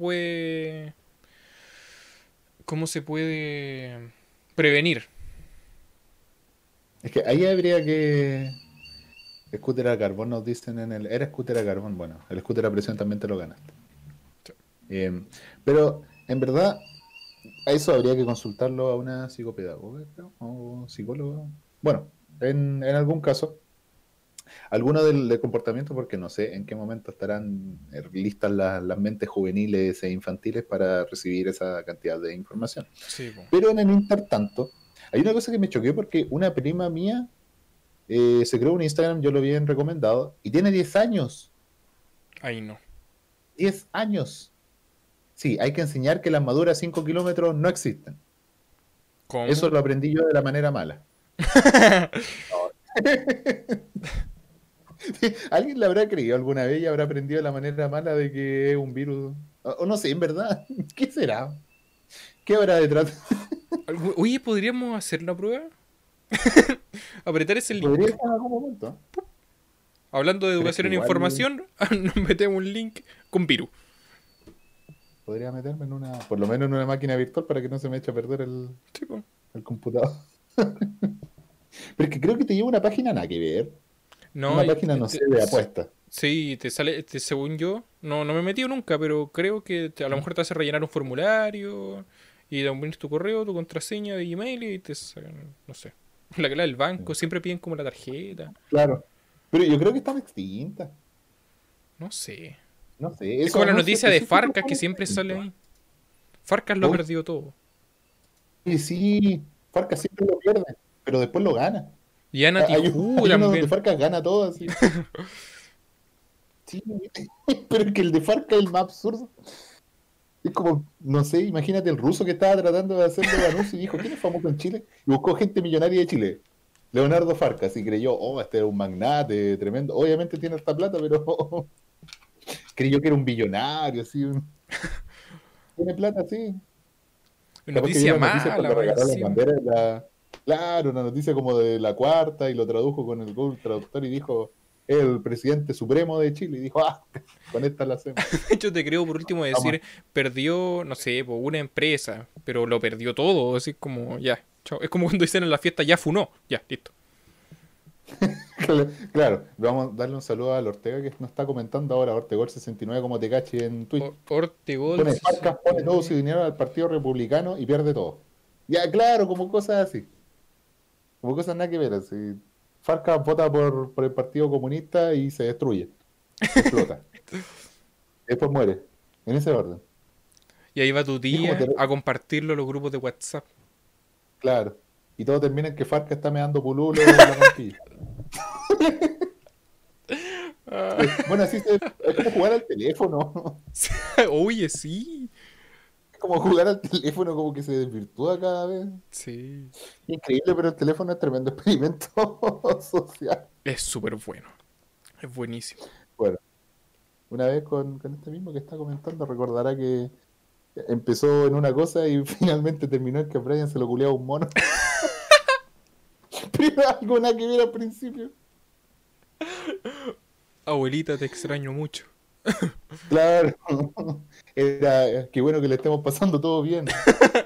[SPEAKER 2] cómo se puede prevenir.
[SPEAKER 1] Es que ahí habría que... Scooter a carbón nos dicen en el... Era scooter a carbón, bueno, el scooter a presión también te lo ganaste. Eh, pero en verdad a eso habría que consultarlo a una psicopedagoga, creo, o psicóloga. Bueno, en algún caso, alguno del comportamiento, porque no sé en qué momento estarán listas las mentes juveniles e infantiles para recibir esa cantidad de información.
[SPEAKER 2] Sí, po.
[SPEAKER 1] Pero en el intertanto, hay una cosa que me choqueó porque una prima mía se creó un Instagram, yo lo vi en recomendado, y tiene 10 años.
[SPEAKER 2] Ahí no.
[SPEAKER 1] 10 años. Sí, hay que enseñar que las maduras 5 kilómetros no existen. Eso
[SPEAKER 2] ¿Cómo?
[SPEAKER 1] lo aprendí yo de la manera mala. ¿Alguien le habrá creído alguna vez y habrá aprendido de la manera mala de que es un virus? O no sé, en verdad. ¿Qué será? ¿Qué habrá detrás?
[SPEAKER 2] Oye, ¿podríamos hacer la prueba? Apretar ese
[SPEAKER 1] Podría
[SPEAKER 2] link.
[SPEAKER 1] ser en algún momento.
[SPEAKER 2] Hablando de
[SPEAKER 1] Pero es que
[SPEAKER 2] educación en
[SPEAKER 1] igual
[SPEAKER 2] información, nos metemos un link con virus.
[SPEAKER 1] podría meterme en una, por lo menos en una máquina virtual para que no se me eche a perder
[SPEAKER 2] Sí, po.
[SPEAKER 1] el computador. Pero es que creo que te lleva una página nada que ver.
[SPEAKER 2] No,
[SPEAKER 1] Una página, no sé, de apuestas.
[SPEAKER 2] sí, te sale, según yo, no me he metido nunca, pero creo que a lo mejor te hace rellenar un formulario y te pones tu correo, tu contraseña de Gmail y te sacan, no sé. La clave del banco, siempre piden como la tarjeta.
[SPEAKER 1] Claro. Pero yo creo que están extintas.
[SPEAKER 2] No sé.
[SPEAKER 1] No sé,
[SPEAKER 2] Es
[SPEAKER 1] eso
[SPEAKER 2] como la
[SPEAKER 1] anuncio
[SPEAKER 2] noticia de
[SPEAKER 1] específico
[SPEAKER 2] Farcas que
[SPEAKER 1] están
[SPEAKER 2] siempre sale
[SPEAKER 1] extintos.
[SPEAKER 2] ahí. Farcas lo ha
[SPEAKER 1] Oye,
[SPEAKER 2] perdido todo.
[SPEAKER 1] sí, Farca siempre lo pierde, pero después lo gana.
[SPEAKER 2] Y Ana Tijoux
[SPEAKER 1] Hay uno donde
[SPEAKER 2] también.
[SPEAKER 1] Farca gana todo así. Sí, pero es que el de Farca es el más absurdo. Es como, no sé, imagínate el ruso que estaba tratando de hacerle el anuncio y dijo, ¿quién es famoso en Chile? Y buscó gente millonaria de Chile. Leonardo Farcas, y creyó, oh, este es un magnate tremendo. Obviamente tiene esta plata, pero creyó que era un billonario, así. Tiene plata, sí. Capaz que vio
[SPEAKER 2] Noticia
[SPEAKER 1] la noticia
[SPEAKER 2] mala,
[SPEAKER 1] cuando
[SPEAKER 2] más
[SPEAKER 1] regaló las
[SPEAKER 2] encima.
[SPEAKER 1] banderas, claro, una noticia como de la cuarta, y lo tradujo con el Google Traductor y dijo, el presidente supremo de Chile, y dijo, ah, con esta la hacemos.
[SPEAKER 2] De hecho, te creo por último
[SPEAKER 1] Vamos.
[SPEAKER 2] decir, perdió, no sé, por una empresa, pero lo perdió todo, así como, ya, chao. Es como cuando dicen en la fiesta, ya funó, ya, listo.
[SPEAKER 1] Claro, vamos a darle un saludo al Ortega que nos está comentando ahora, Ortegol69 como te cachi en Twitch.
[SPEAKER 2] Ortegol
[SPEAKER 1] Pone Farcas, pone todo su
[SPEAKER 2] 69.
[SPEAKER 1] dinero al Partido Republicano y pierde todo. Ya, claro, como cosas así. Como cosas nada que ver. Así. Farcas vota por el Partido Comunista y se destruye. Explota. Después muere. En ese orden.
[SPEAKER 2] Y ahí va tu
[SPEAKER 1] Y es como,
[SPEAKER 2] tía a compartirlo en los grupos de WhatsApp.
[SPEAKER 1] claro. Y todo termina en que Farcas está meando pululo en la conquilla. Bueno, es como jugar al teléfono.
[SPEAKER 2] Oye, sí.
[SPEAKER 1] Es como jugar al teléfono, como que se desvirtúa cada vez.
[SPEAKER 2] Sí.
[SPEAKER 1] Increíble, pero el teléfono es tremendo experimento social.
[SPEAKER 2] Es súper bueno. Es buenísimo.
[SPEAKER 1] Bueno, una vez con este mismo que está comentando, recordará que empezó en una cosa y finalmente terminó en que a Brian se lo culeaba un mono. Pero algo nada que ver al principio.
[SPEAKER 2] Abuelita, te extraño mucho.
[SPEAKER 1] Claro. Era, qué bueno que le estemos pasando todo bien.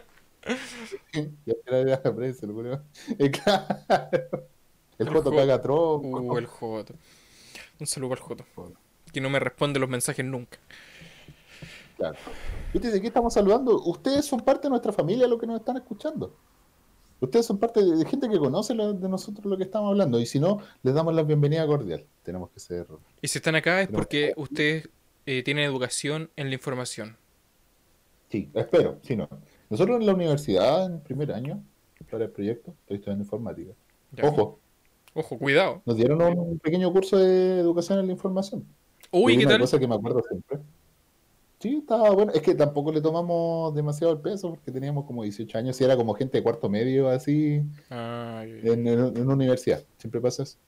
[SPEAKER 1] Y ahora era Brian se lo culeaba. Claro. El
[SPEAKER 2] El
[SPEAKER 1] Joto
[SPEAKER 2] Joto.
[SPEAKER 1] caga
[SPEAKER 2] El
[SPEAKER 1] tronco.
[SPEAKER 2] Joto. Un saludo al Joto. Que no me responde los mensajes nunca.
[SPEAKER 1] Claro. ¿Viste de qué estamos saludando? Ustedes son parte de nuestra familia, los que nos están escuchando. Ustedes son parte de gente que conoce de nosotros lo que estamos hablando. Y si no, les damos la bienvenida cordial.
[SPEAKER 2] Y si están acá es
[SPEAKER 1] Tenemos que
[SPEAKER 2] porque ustedes tienen educación en la información.
[SPEAKER 1] Sí, espero, si no. Nosotros en la universidad, en primer año, para el proyecto, estoy estudiando informática.
[SPEAKER 2] Ya.
[SPEAKER 1] Ojo,
[SPEAKER 2] Ojo, cuidado.
[SPEAKER 1] nos dieron un pequeño curso de educación en la información. Y
[SPEAKER 2] Uy,
[SPEAKER 1] hay
[SPEAKER 2] ¿qué
[SPEAKER 1] una
[SPEAKER 2] tal?
[SPEAKER 1] cosa que me acuerdo siempre. Sí, estaba bueno. Es que tampoco le tomamos demasiado el peso porque teníamos como 18 años y era como gente de cuarto medio así
[SPEAKER 2] Ay,
[SPEAKER 1] en una universidad. Siempre pasa eso.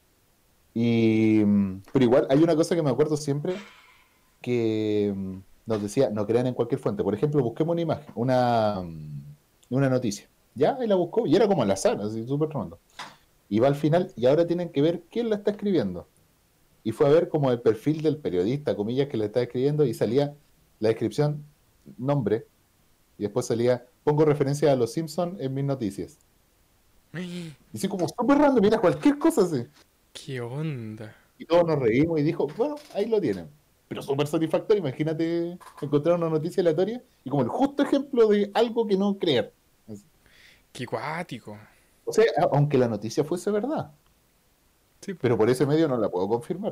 [SPEAKER 1] Pero igual hay una cosa que me acuerdo siempre que nos decía, no crean en cualquier fuente. Por ejemplo, busquemos una imagen, una noticia. Ya, y la buscó, y era como al azar, así súper random. Y va al final, y ahora tienen que ver quién la está escribiendo. Y fue a ver como el perfil del periodista, comillas, que la está escribiendo, y salía la descripción, nombre, y después salía, pongo referencia a los Simpsons en mis noticias.
[SPEAKER 2] ay.
[SPEAKER 1] Y así como súper random, mira, cualquier cosa así.
[SPEAKER 2] ¿Qué onda?
[SPEAKER 1] Y todos nos reímos y dijo, bueno, ahí lo tienen. Pero súper satisfactorio, imagínate encontrar una noticia aleatoria y como el justo ejemplo de algo que no creer. Así.
[SPEAKER 2] Qué cuático.
[SPEAKER 1] O sea, aunque la noticia fuese verdad,
[SPEAKER 2] Sí, po.
[SPEAKER 1] pero por ese medio no la puedo confirmar.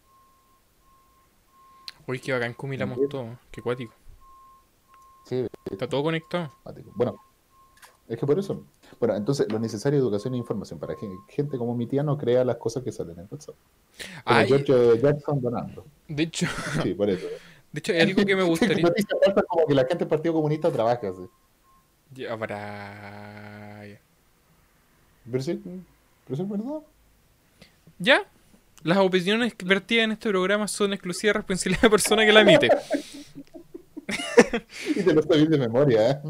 [SPEAKER 2] Uy, qué bacán comilamos
[SPEAKER 1] ¿Entiendes?
[SPEAKER 2] todo. Qué cuático.
[SPEAKER 1] Sí,
[SPEAKER 2] Está todo conectado.
[SPEAKER 1] matemático. Bueno, es que por eso. Bueno, entonces lo necesario es educación e información para que gente como mi tía no crea las cosas que salen en WhatsApp. Como
[SPEAKER 2] Ay,
[SPEAKER 1] George Jackson donando.
[SPEAKER 2] de hecho,
[SPEAKER 1] Sí, por eso.
[SPEAKER 2] de hecho, hay algo que me gustaría.
[SPEAKER 1] Noticias falsas como que la gente del Partido Comunista trabaja así.
[SPEAKER 2] Ya, Brian.
[SPEAKER 1] Pero sí, pero eso es verdad.
[SPEAKER 2] Ya, las opiniones vertidas en este programa son exclusiva responsabilidad de la persona que la emite.
[SPEAKER 1] Y te lo sabéis de memoria, ¿eh?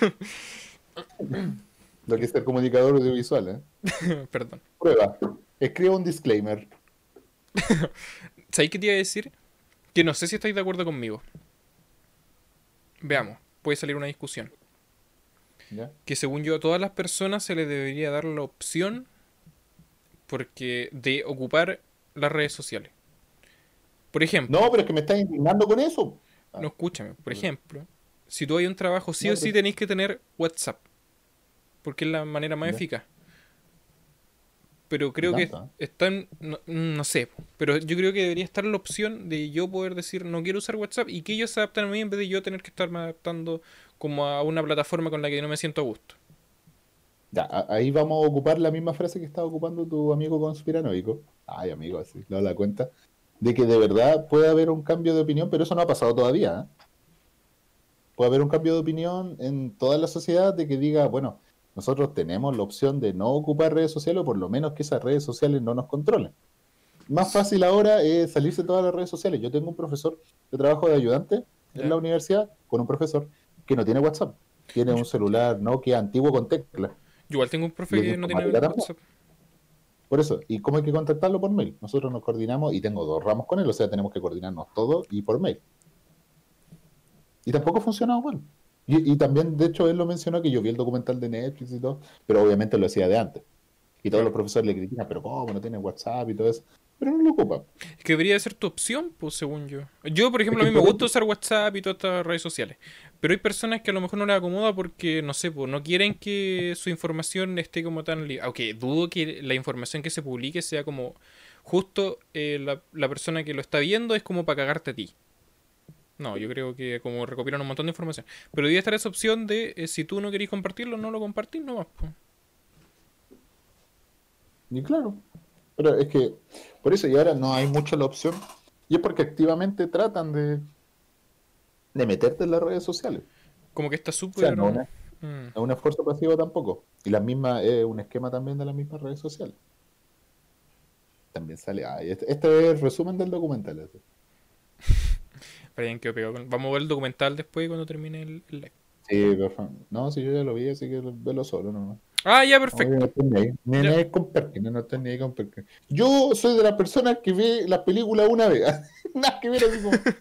[SPEAKER 1] Lo que es el comunicador audiovisual, ¿eh?
[SPEAKER 2] Perdón.
[SPEAKER 1] Prueba. Escriba un disclaimer.
[SPEAKER 2] ¿Sabéis qué te iba a decir? Que no sé si estáis de acuerdo conmigo. Veamos, puede salir una discusión.
[SPEAKER 1] ¿Ya?
[SPEAKER 2] Que según yo a todas las personas se les debería dar la opción porque de ocupar las redes sociales. Por ejemplo,
[SPEAKER 1] No, pero es que me estás indignando con eso.
[SPEAKER 2] no
[SPEAKER 1] Ah,
[SPEAKER 2] escúchame, por
[SPEAKER 1] perdón.
[SPEAKER 2] ejemplo, si tú hay un trabajo sí o
[SPEAKER 1] No,
[SPEAKER 2] sí tenéis que tener WhatsApp, porque es la manera más
[SPEAKER 1] ya.
[SPEAKER 2] eficaz. Pero
[SPEAKER 1] Y
[SPEAKER 2] creo que
[SPEAKER 1] tanto, ¿eh?
[SPEAKER 2] están, no, no sé, pero yo creo que debería estar la opción de yo poder decir no quiero usar WhatsApp y que ellos se adapten a mí en vez de yo tener que estarme adaptando como a una plataforma con la que no me siento a gusto.
[SPEAKER 1] Ya, ahí vamos a ocupar la misma frase que estaba ocupando tu amigo conspiranoico. Ay, amigo, así, no da cuenta. De que de verdad puede haber un cambio de opinión, pero eso no ha pasado todavía, ¿eh? Puede haber un cambio de opinión en toda la sociedad de que diga, bueno, nosotros tenemos la opción de no ocupar redes sociales, o por lo menos que esas redes sociales no nos controlen. Más fácil ahora es salirse de todas las redes sociales. Yo tengo un profesor de trabajo de ayudante en la
[SPEAKER 2] ¿Ya?
[SPEAKER 1] universidad con un profesor que no tiene WhatsApp. Tiene un celular Nokia antiguo con tecla.
[SPEAKER 2] Yo igual tengo un
[SPEAKER 1] Y
[SPEAKER 2] profe
[SPEAKER 1] es de
[SPEAKER 2] que no tiene
[SPEAKER 1] informática también.
[SPEAKER 2] WhatsApp.
[SPEAKER 1] Por eso, ¿y cómo hay que contactarlo? Por mail. Nosotros nos coordinamos y tengo 2 ramos con él, o sea, tenemos que coordinarnos todos y por mail. Y tampoco ha funcionado mal. Y también, de hecho, él lo mencionó que yo vi el documental de Netflix y todo, pero obviamente lo hacía de antes. Y todos los
[SPEAKER 2] Claro.
[SPEAKER 1] profesores le critican, pero ¿cómo no tiene WhatsApp y todo eso? Pero no lo ocupa.
[SPEAKER 2] Es que debería ser tu opción, pues, según yo. Yo, por
[SPEAKER 1] Es
[SPEAKER 2] ejemplo, a
[SPEAKER 1] que
[SPEAKER 2] mí me
[SPEAKER 1] por
[SPEAKER 2] gusta
[SPEAKER 1] eso,
[SPEAKER 2] usar WhatsApp y todas estas redes sociales. Pero hay personas que a lo mejor no les acomoda porque, no sé, pues, no quieren que su información esté como tan libre. Aunque dudo que la información que se publique sea como justo la persona que lo está viendo es como para cagarte a ti. No, yo creo que como recopilan un montón de información. Pero debería estar esa opción de si tú no querés compartirlo, no lo compartís nomás, pues.
[SPEAKER 1] y claro, pero es que por eso y ahora no hay mucho la opción. Y es porque activamente tratan de meterte en las redes sociales.
[SPEAKER 2] Como que está
[SPEAKER 1] O sea,
[SPEAKER 2] súper...
[SPEAKER 1] no
[SPEAKER 2] mm.
[SPEAKER 1] es un esfuerzo pasivo tampoco. Y la misma es un esquema también de las mismas redes sociales. También sale. Este es el resumen del documental.
[SPEAKER 2] Brian quedó pegado Vamos a ver el documental después cuando termine el live.
[SPEAKER 1] Sí, perfecto. No, si yo ya lo vi, así que velo solo, no.
[SPEAKER 2] Ah, ya,
[SPEAKER 1] No, yo no
[SPEAKER 2] perfecto.
[SPEAKER 1] estoy ni ahí. Ni
[SPEAKER 2] Ya.
[SPEAKER 1] ahí con Perkin, no estoy ni ahí con Perkin. Yo soy de las personas que ve las películas una vez. Nada que ver así como.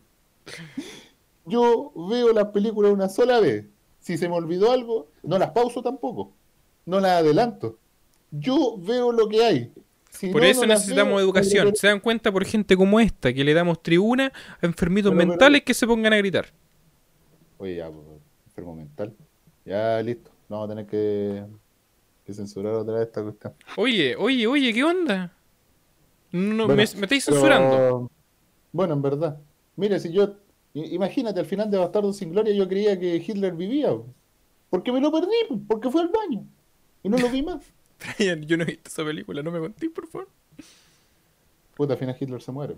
[SPEAKER 1] Yo veo las películas una sola vez. Si se me olvidó algo, no las pauso tampoco. No las adelanto. Yo veo lo que hay. Si
[SPEAKER 2] Por
[SPEAKER 1] no,
[SPEAKER 2] eso
[SPEAKER 1] no las
[SPEAKER 2] necesitamos
[SPEAKER 1] veo.
[SPEAKER 2] educación. ¿Se dan cuenta por gente como esta que le damos tribuna a enfermitos
[SPEAKER 1] Pero,
[SPEAKER 2] mentales que se pongan a gritar?
[SPEAKER 1] oye, ya, pues, enfermo mental. Ya, listo. Vamos a tener que censurar otra vez esta cuestión.
[SPEAKER 2] Oye, oye, oye, ¿qué onda? No,
[SPEAKER 1] Bueno,
[SPEAKER 2] me estáis censurando.
[SPEAKER 1] pero, bueno, en verdad. Mira, si yo, imagínate, al final de Bastardo sin Gloria yo creía que Hitler vivía. Porque me lo perdí, porque fue al baño. Y no lo vi más.
[SPEAKER 2] Brian, yo no he visto esa película, no me contéis, por favor.
[SPEAKER 1] Puta, al final Hitler se muere.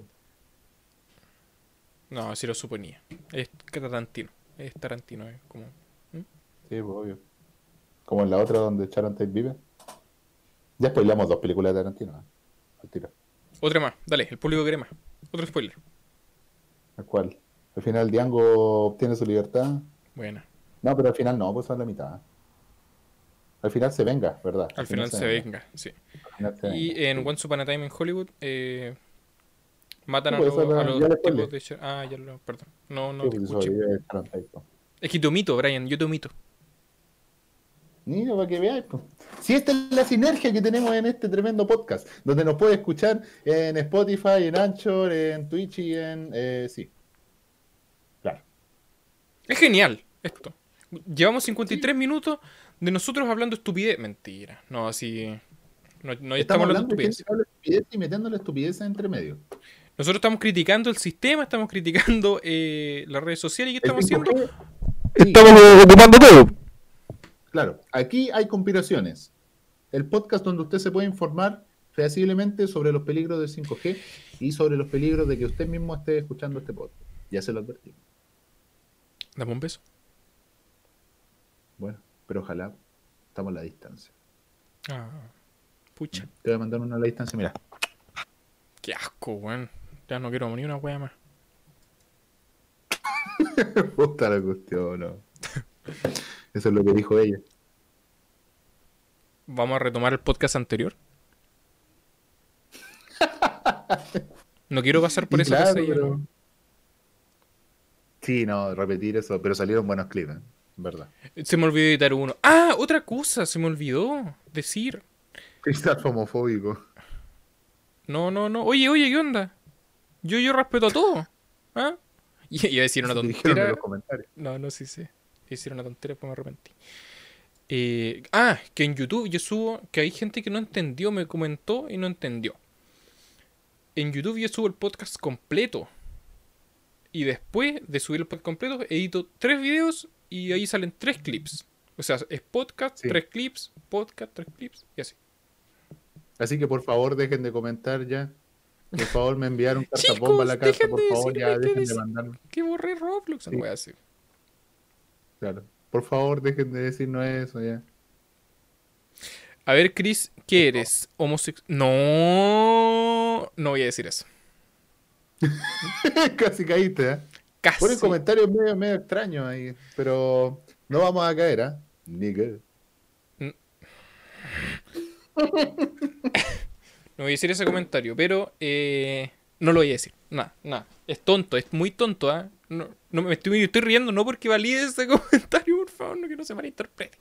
[SPEAKER 2] No, así lo suponía. Es Tarantino. Es Tarantino, es como. ¿Mm?
[SPEAKER 1] Sí, pues, obvio. Como en la otra donde Sharon Tate vive. Ya spoilamos 2 películas de Tarantino. Al tiro.
[SPEAKER 2] Otra más, dale, el público quiere más. Otro spoiler.
[SPEAKER 1] ¿Al cual? Al final Django obtiene su libertad.
[SPEAKER 2] Buena.
[SPEAKER 1] No, pero al final no, pues son la mitad. Al final se venga, ¿verdad?
[SPEAKER 2] Al
[SPEAKER 1] Al final
[SPEAKER 2] final
[SPEAKER 1] se
[SPEAKER 2] se
[SPEAKER 1] venga.
[SPEAKER 2] venga, sí.
[SPEAKER 1] Al final se venga,
[SPEAKER 2] Y en
[SPEAKER 1] sí.
[SPEAKER 2] Once Upon a Time in Hollywood, matan
[SPEAKER 1] Sí, pues
[SPEAKER 2] a
[SPEAKER 1] ya
[SPEAKER 2] los
[SPEAKER 1] le
[SPEAKER 2] tipos
[SPEAKER 1] spoilé.
[SPEAKER 2] de... Ah, ya lo... Perdón. No, no
[SPEAKER 1] Sí,
[SPEAKER 2] te
[SPEAKER 1] pues
[SPEAKER 2] escuché.
[SPEAKER 1] sobrevive Sharon Tate, pues.
[SPEAKER 2] Es que te omito, Brian, yo te omito.
[SPEAKER 1] Mira, para que veáis, pues. Si esta es la sinergia que tenemos en este tremendo podcast, donde nos puede escuchar en Spotify, en Anchor, en Twitch y en... sí, claro.
[SPEAKER 2] Es genial esto. Llevamos
[SPEAKER 1] Sí,
[SPEAKER 2] 53 minutos de nosotros hablando estupidez. Mentira. No, así... No, no estamos
[SPEAKER 1] estamos
[SPEAKER 2] hablando
[SPEAKER 1] hablando de gente
[SPEAKER 2] estupidez.
[SPEAKER 1] que habla estupidez y metiendo la estupidez entre medio.
[SPEAKER 2] Nosotros estamos criticando el sistema, estamos criticando las redes sociales. ¿Y qué
[SPEAKER 1] El
[SPEAKER 2] estamos haciendo?
[SPEAKER 1] 5G, sí,
[SPEAKER 2] Estamos ocupando todo.
[SPEAKER 1] claro. Aquí hay conspiraciones. El podcast donde usted se puede informar fehacientemente sobre los peligros del 5G y sobre los peligros de que usted mismo esté escuchando este podcast. Ya se lo advertimos.
[SPEAKER 2] Dame un beso.
[SPEAKER 1] Bueno, pero ojalá estamos a la distancia.
[SPEAKER 2] Ah, pucha.
[SPEAKER 1] Te voy a mandar una a la distancia, mira.
[SPEAKER 2] Qué asco, weón. Ya no quiero ni una wea más.
[SPEAKER 1] Puta la cuestión, no. Eso es lo que dijo ella.
[SPEAKER 2] Vamos a retomar el podcast anterior. No quiero pasar por
[SPEAKER 1] Y
[SPEAKER 2] esa
[SPEAKER 1] claro,
[SPEAKER 2] pesadilla, ¿no?
[SPEAKER 1] pero... Sí, no, repetir eso, pero salieron buenos clips, ¿eh? ¿Verdad?
[SPEAKER 2] Se me olvidó editar uno. Ah, otra cosa, se me olvidó decir.
[SPEAKER 1] Cristal homofóbico.
[SPEAKER 2] No, no, no. Oye, oye, ¿qué onda? Yo respeto a todo. ¿Ah? Y iba a decir una
[SPEAKER 1] Se te dijeron en los
[SPEAKER 2] tontera.
[SPEAKER 1] comentarios.
[SPEAKER 2] No, no, sí, sí. Iba a decir una tontera, después me arrepentí. Que en YouTube yo subo, que hay gente que no entendió, me comentó y no entendió. En YouTube yo subo el podcast completo. Y después de subir el podcast completo, edito 3 videos y ahí salen 3 clips. O sea, es podcast,
[SPEAKER 1] Sí.
[SPEAKER 2] 3 clips, podcast, 3 clips y así.
[SPEAKER 1] Así que por favor dejen de comentar ya. Por favor me enviaron cartas bomba a
[SPEAKER 2] Chicos,
[SPEAKER 1] la casa.
[SPEAKER 2] dejen
[SPEAKER 1] Por
[SPEAKER 2] de
[SPEAKER 1] favor
[SPEAKER 2] decirme
[SPEAKER 1] ya
[SPEAKER 2] que,
[SPEAKER 1] dejen de mandarme.
[SPEAKER 2] que borré Roblox. No
[SPEAKER 1] Sí,
[SPEAKER 2] voy a hacer.
[SPEAKER 1] claro. Por favor dejen de decirnos eso ya.
[SPEAKER 2] A ver, Chris, ¿qué eres? ¿Homosexual? No, no voy a decir eso.
[SPEAKER 1] Casi caíste, ¿eh? Ponen
[SPEAKER 2] Casi.
[SPEAKER 1] comentarios medio extraños ahí, pero no vamos a caer, ¿ah? Nigga.
[SPEAKER 2] n- No voy a decir ese comentario, pero no lo voy a decir. Nada, nada. Es tonto, es muy tonto, ¿ah? No, no me estoy riendo, no porque valide ese comentario, por favor, no que no se malinterprete.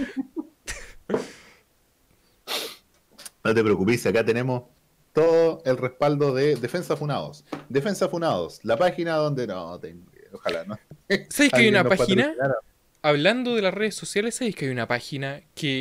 [SPEAKER 1] No te preocupes, acá tenemos todo el respaldo de Defensa Funados. Defensa Funados, la página donde ojalá, ¿no?
[SPEAKER 2] ¿Sabéis que hay
[SPEAKER 1] Alguien
[SPEAKER 2] una
[SPEAKER 1] nos
[SPEAKER 2] página?
[SPEAKER 1] patrocinara.
[SPEAKER 2] Hablando de las redes sociales, ¿sabéis que hay una página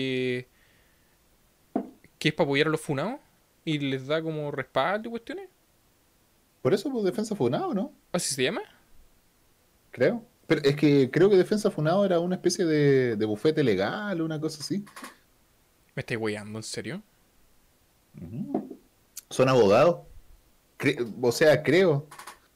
[SPEAKER 2] que es para apoyar a los funados? Y les da como respaldo y cuestiones.
[SPEAKER 1] Por eso, pues, Defensa Funado, ¿no?
[SPEAKER 2] ¿Así se llama?
[SPEAKER 1] Creo. Pero es que creo que Defensa Funado era una especie de bufete legal, una cosa así.
[SPEAKER 2] Me estáis weyando, ¿en serio?
[SPEAKER 1] Ujú. Son abogados. O sea, creo.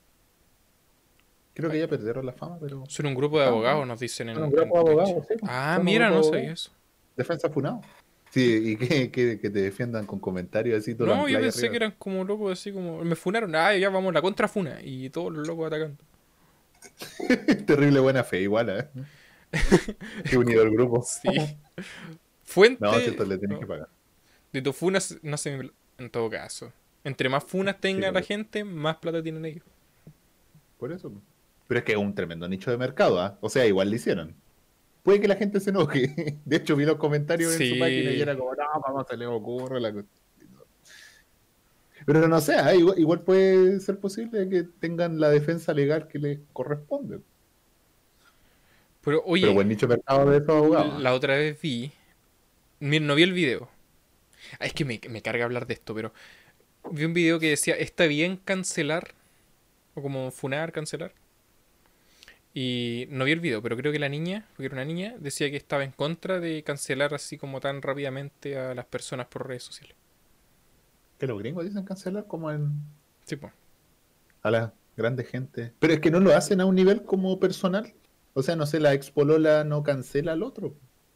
[SPEAKER 1] Creo que ya perdieron la fama, pero
[SPEAKER 2] Son un grupo de
[SPEAKER 1] estaban ahí.
[SPEAKER 2] abogados, nos dicen
[SPEAKER 1] Son un
[SPEAKER 2] en
[SPEAKER 1] grupo de
[SPEAKER 2] Twitch.
[SPEAKER 1] abogados, sí, pues.
[SPEAKER 2] Ah,
[SPEAKER 1] Son un
[SPEAKER 2] mira,
[SPEAKER 1] grupo de
[SPEAKER 2] no sabía
[SPEAKER 1] abogados.
[SPEAKER 2] eso.
[SPEAKER 1] Defensa Funado. Sí, y que te defiendan con comentarios así, tú lo
[SPEAKER 2] No, yo
[SPEAKER 1] anclas ahí
[SPEAKER 2] pensé
[SPEAKER 1] arriba.
[SPEAKER 2] que eran como locos así como... Me funaron, ah, ya vamos, la contrafuna. Y todos los locos atacando.
[SPEAKER 1] Terrible buena fe, igual, ¿eh? Qué unido el grupo.
[SPEAKER 2] Sí.
[SPEAKER 1] No,
[SPEAKER 2] Fuente...
[SPEAKER 1] cierto, le tienes que
[SPEAKER 2] no,
[SPEAKER 1] pagar.
[SPEAKER 2] de tu funas, no sé, en todo caso. Entre más funas
[SPEAKER 1] Sí,
[SPEAKER 2] tenga
[SPEAKER 1] por
[SPEAKER 2] la
[SPEAKER 1] eso.
[SPEAKER 2] gente, más plata tienen ellos.
[SPEAKER 1] Por eso. Pero es que es un tremendo nicho de mercado, ¿ah? O sea, igual lo hicieron. Puede que la gente se enoje. De hecho, vi los comentarios en su página y
[SPEAKER 2] Sí.
[SPEAKER 1] era como, no, vamos, se le ocurre la cuestión. Pero no sé, ¿ah? Igual puede ser posible que tengan la defensa legal que les corresponde.
[SPEAKER 2] Pero
[SPEAKER 1] Pero
[SPEAKER 2] oye,
[SPEAKER 1] buen nicho de mercado de esos abogados, ¿ah?
[SPEAKER 2] la otra vez vi... Miren, no vi el video. Ah, es que me carga hablar de esto, pero... Vi un video que decía, ¿está bien cancelar? O como funar, cancelar. Y no vi el video, pero creo que la niña, porque era una niña, decía que estaba en contra de cancelar así como tan rápidamente a las personas por redes sociales.
[SPEAKER 1] Que los gringos dicen cancelar como
[SPEAKER 2] Sí, pues.
[SPEAKER 1] a la grande gente. Pero es que no lo hacen a un nivel como personal. O sea, no sé, la ex polola no cancela al otro.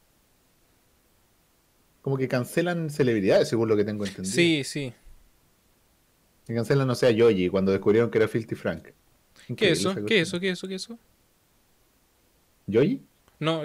[SPEAKER 1] Como que cancelan celebridades, según lo que tengo entendido.
[SPEAKER 2] Sí, sí.
[SPEAKER 1] Que cancelan, no sé, a Yoyi cuando descubrieron que era Filthy Frank.
[SPEAKER 2] ¿Qué es
[SPEAKER 1] Increíble
[SPEAKER 2] eso?
[SPEAKER 1] esa
[SPEAKER 2] ¿Qué es
[SPEAKER 1] cuestión.
[SPEAKER 2] eso? ¿Qué es eso? ¿Qué es eso?
[SPEAKER 1] ¿Yoyi?
[SPEAKER 2] No,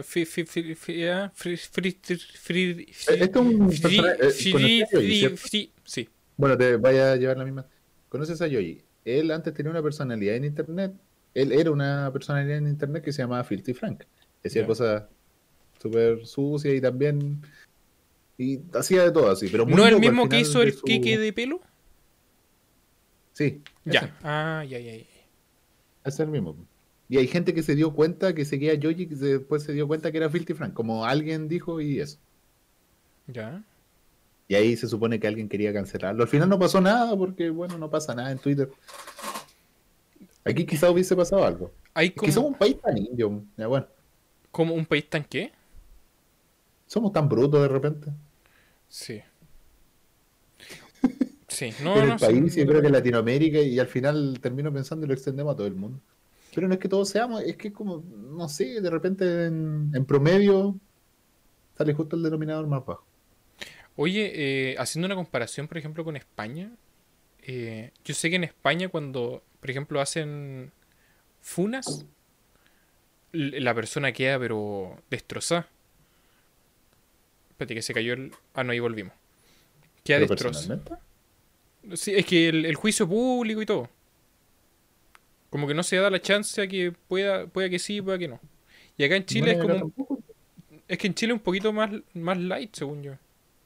[SPEAKER 1] Esto es un personaje. ¿Conocí a Yoyi, cierto?
[SPEAKER 2] sí.
[SPEAKER 1] Bueno, te vaya a llevar la misma. ¿Conoces a Yoyi? Él antes tenía una personalidad en internet. Él era una personalidad en internet que se llamaba Filthy Frank. Decía
[SPEAKER 2] Ya.
[SPEAKER 1] cosas súper sucias y también. Y hacía de todo así, pero muy
[SPEAKER 2] ¿No el
[SPEAKER 1] loco al
[SPEAKER 2] mismo que
[SPEAKER 1] final
[SPEAKER 2] hizo
[SPEAKER 1] de
[SPEAKER 2] el queque
[SPEAKER 1] su.
[SPEAKER 2] de pelo?
[SPEAKER 1] Sí, ese.
[SPEAKER 2] Ya. Ah, ya, ya, ya.
[SPEAKER 1] Es el mismo. Y hay gente que se dio cuenta que seguía a Yoyi que después se dio cuenta que era Filthy Frank, como alguien dijo y eso.
[SPEAKER 2] Ya.
[SPEAKER 1] Y ahí se supone que alguien quería cancelarlo. Al final no pasó nada porque, bueno, no pasa nada en Twitter. Aquí quizá hubiese pasado algo.
[SPEAKER 2] Hay
[SPEAKER 1] Es que somos
[SPEAKER 2] como,
[SPEAKER 1] un país tan indio. Ya, bueno,
[SPEAKER 2] como un país tan qué.
[SPEAKER 1] somos tan brutos de repente.
[SPEAKER 2] Sí. Sí. No,
[SPEAKER 1] En
[SPEAKER 2] no,
[SPEAKER 1] el
[SPEAKER 2] sí,
[SPEAKER 1] país y
[SPEAKER 2] no
[SPEAKER 1] yo
[SPEAKER 2] te
[SPEAKER 1] creo que en
[SPEAKER 2] preocupes.
[SPEAKER 1] Latinoamérica y al final termino pensando y lo extendemos a todo el mundo. Pero no es que todos seamos, es que como, no sé, de repente en promedio sale justo el denominador más bajo.
[SPEAKER 2] Oye, haciendo una comparación, por ejemplo, con España, yo sé que en España cuando, por ejemplo, hacen funas, la persona queda pero destrozada. Espérate que se cayó el... Ah, no, ahí volvimos. Queda
[SPEAKER 1] Pero
[SPEAKER 2] destrozada.
[SPEAKER 1] personalmente,
[SPEAKER 2] Sí, es que el juicio público y todo. Como que no se da la chance a que pueda que sí, pueda que no. Y acá en Chile
[SPEAKER 1] bueno,
[SPEAKER 2] es
[SPEAKER 1] y acá
[SPEAKER 2] como...
[SPEAKER 1] tampoco.
[SPEAKER 2] Es que en Chile es un poquito más light, según yo.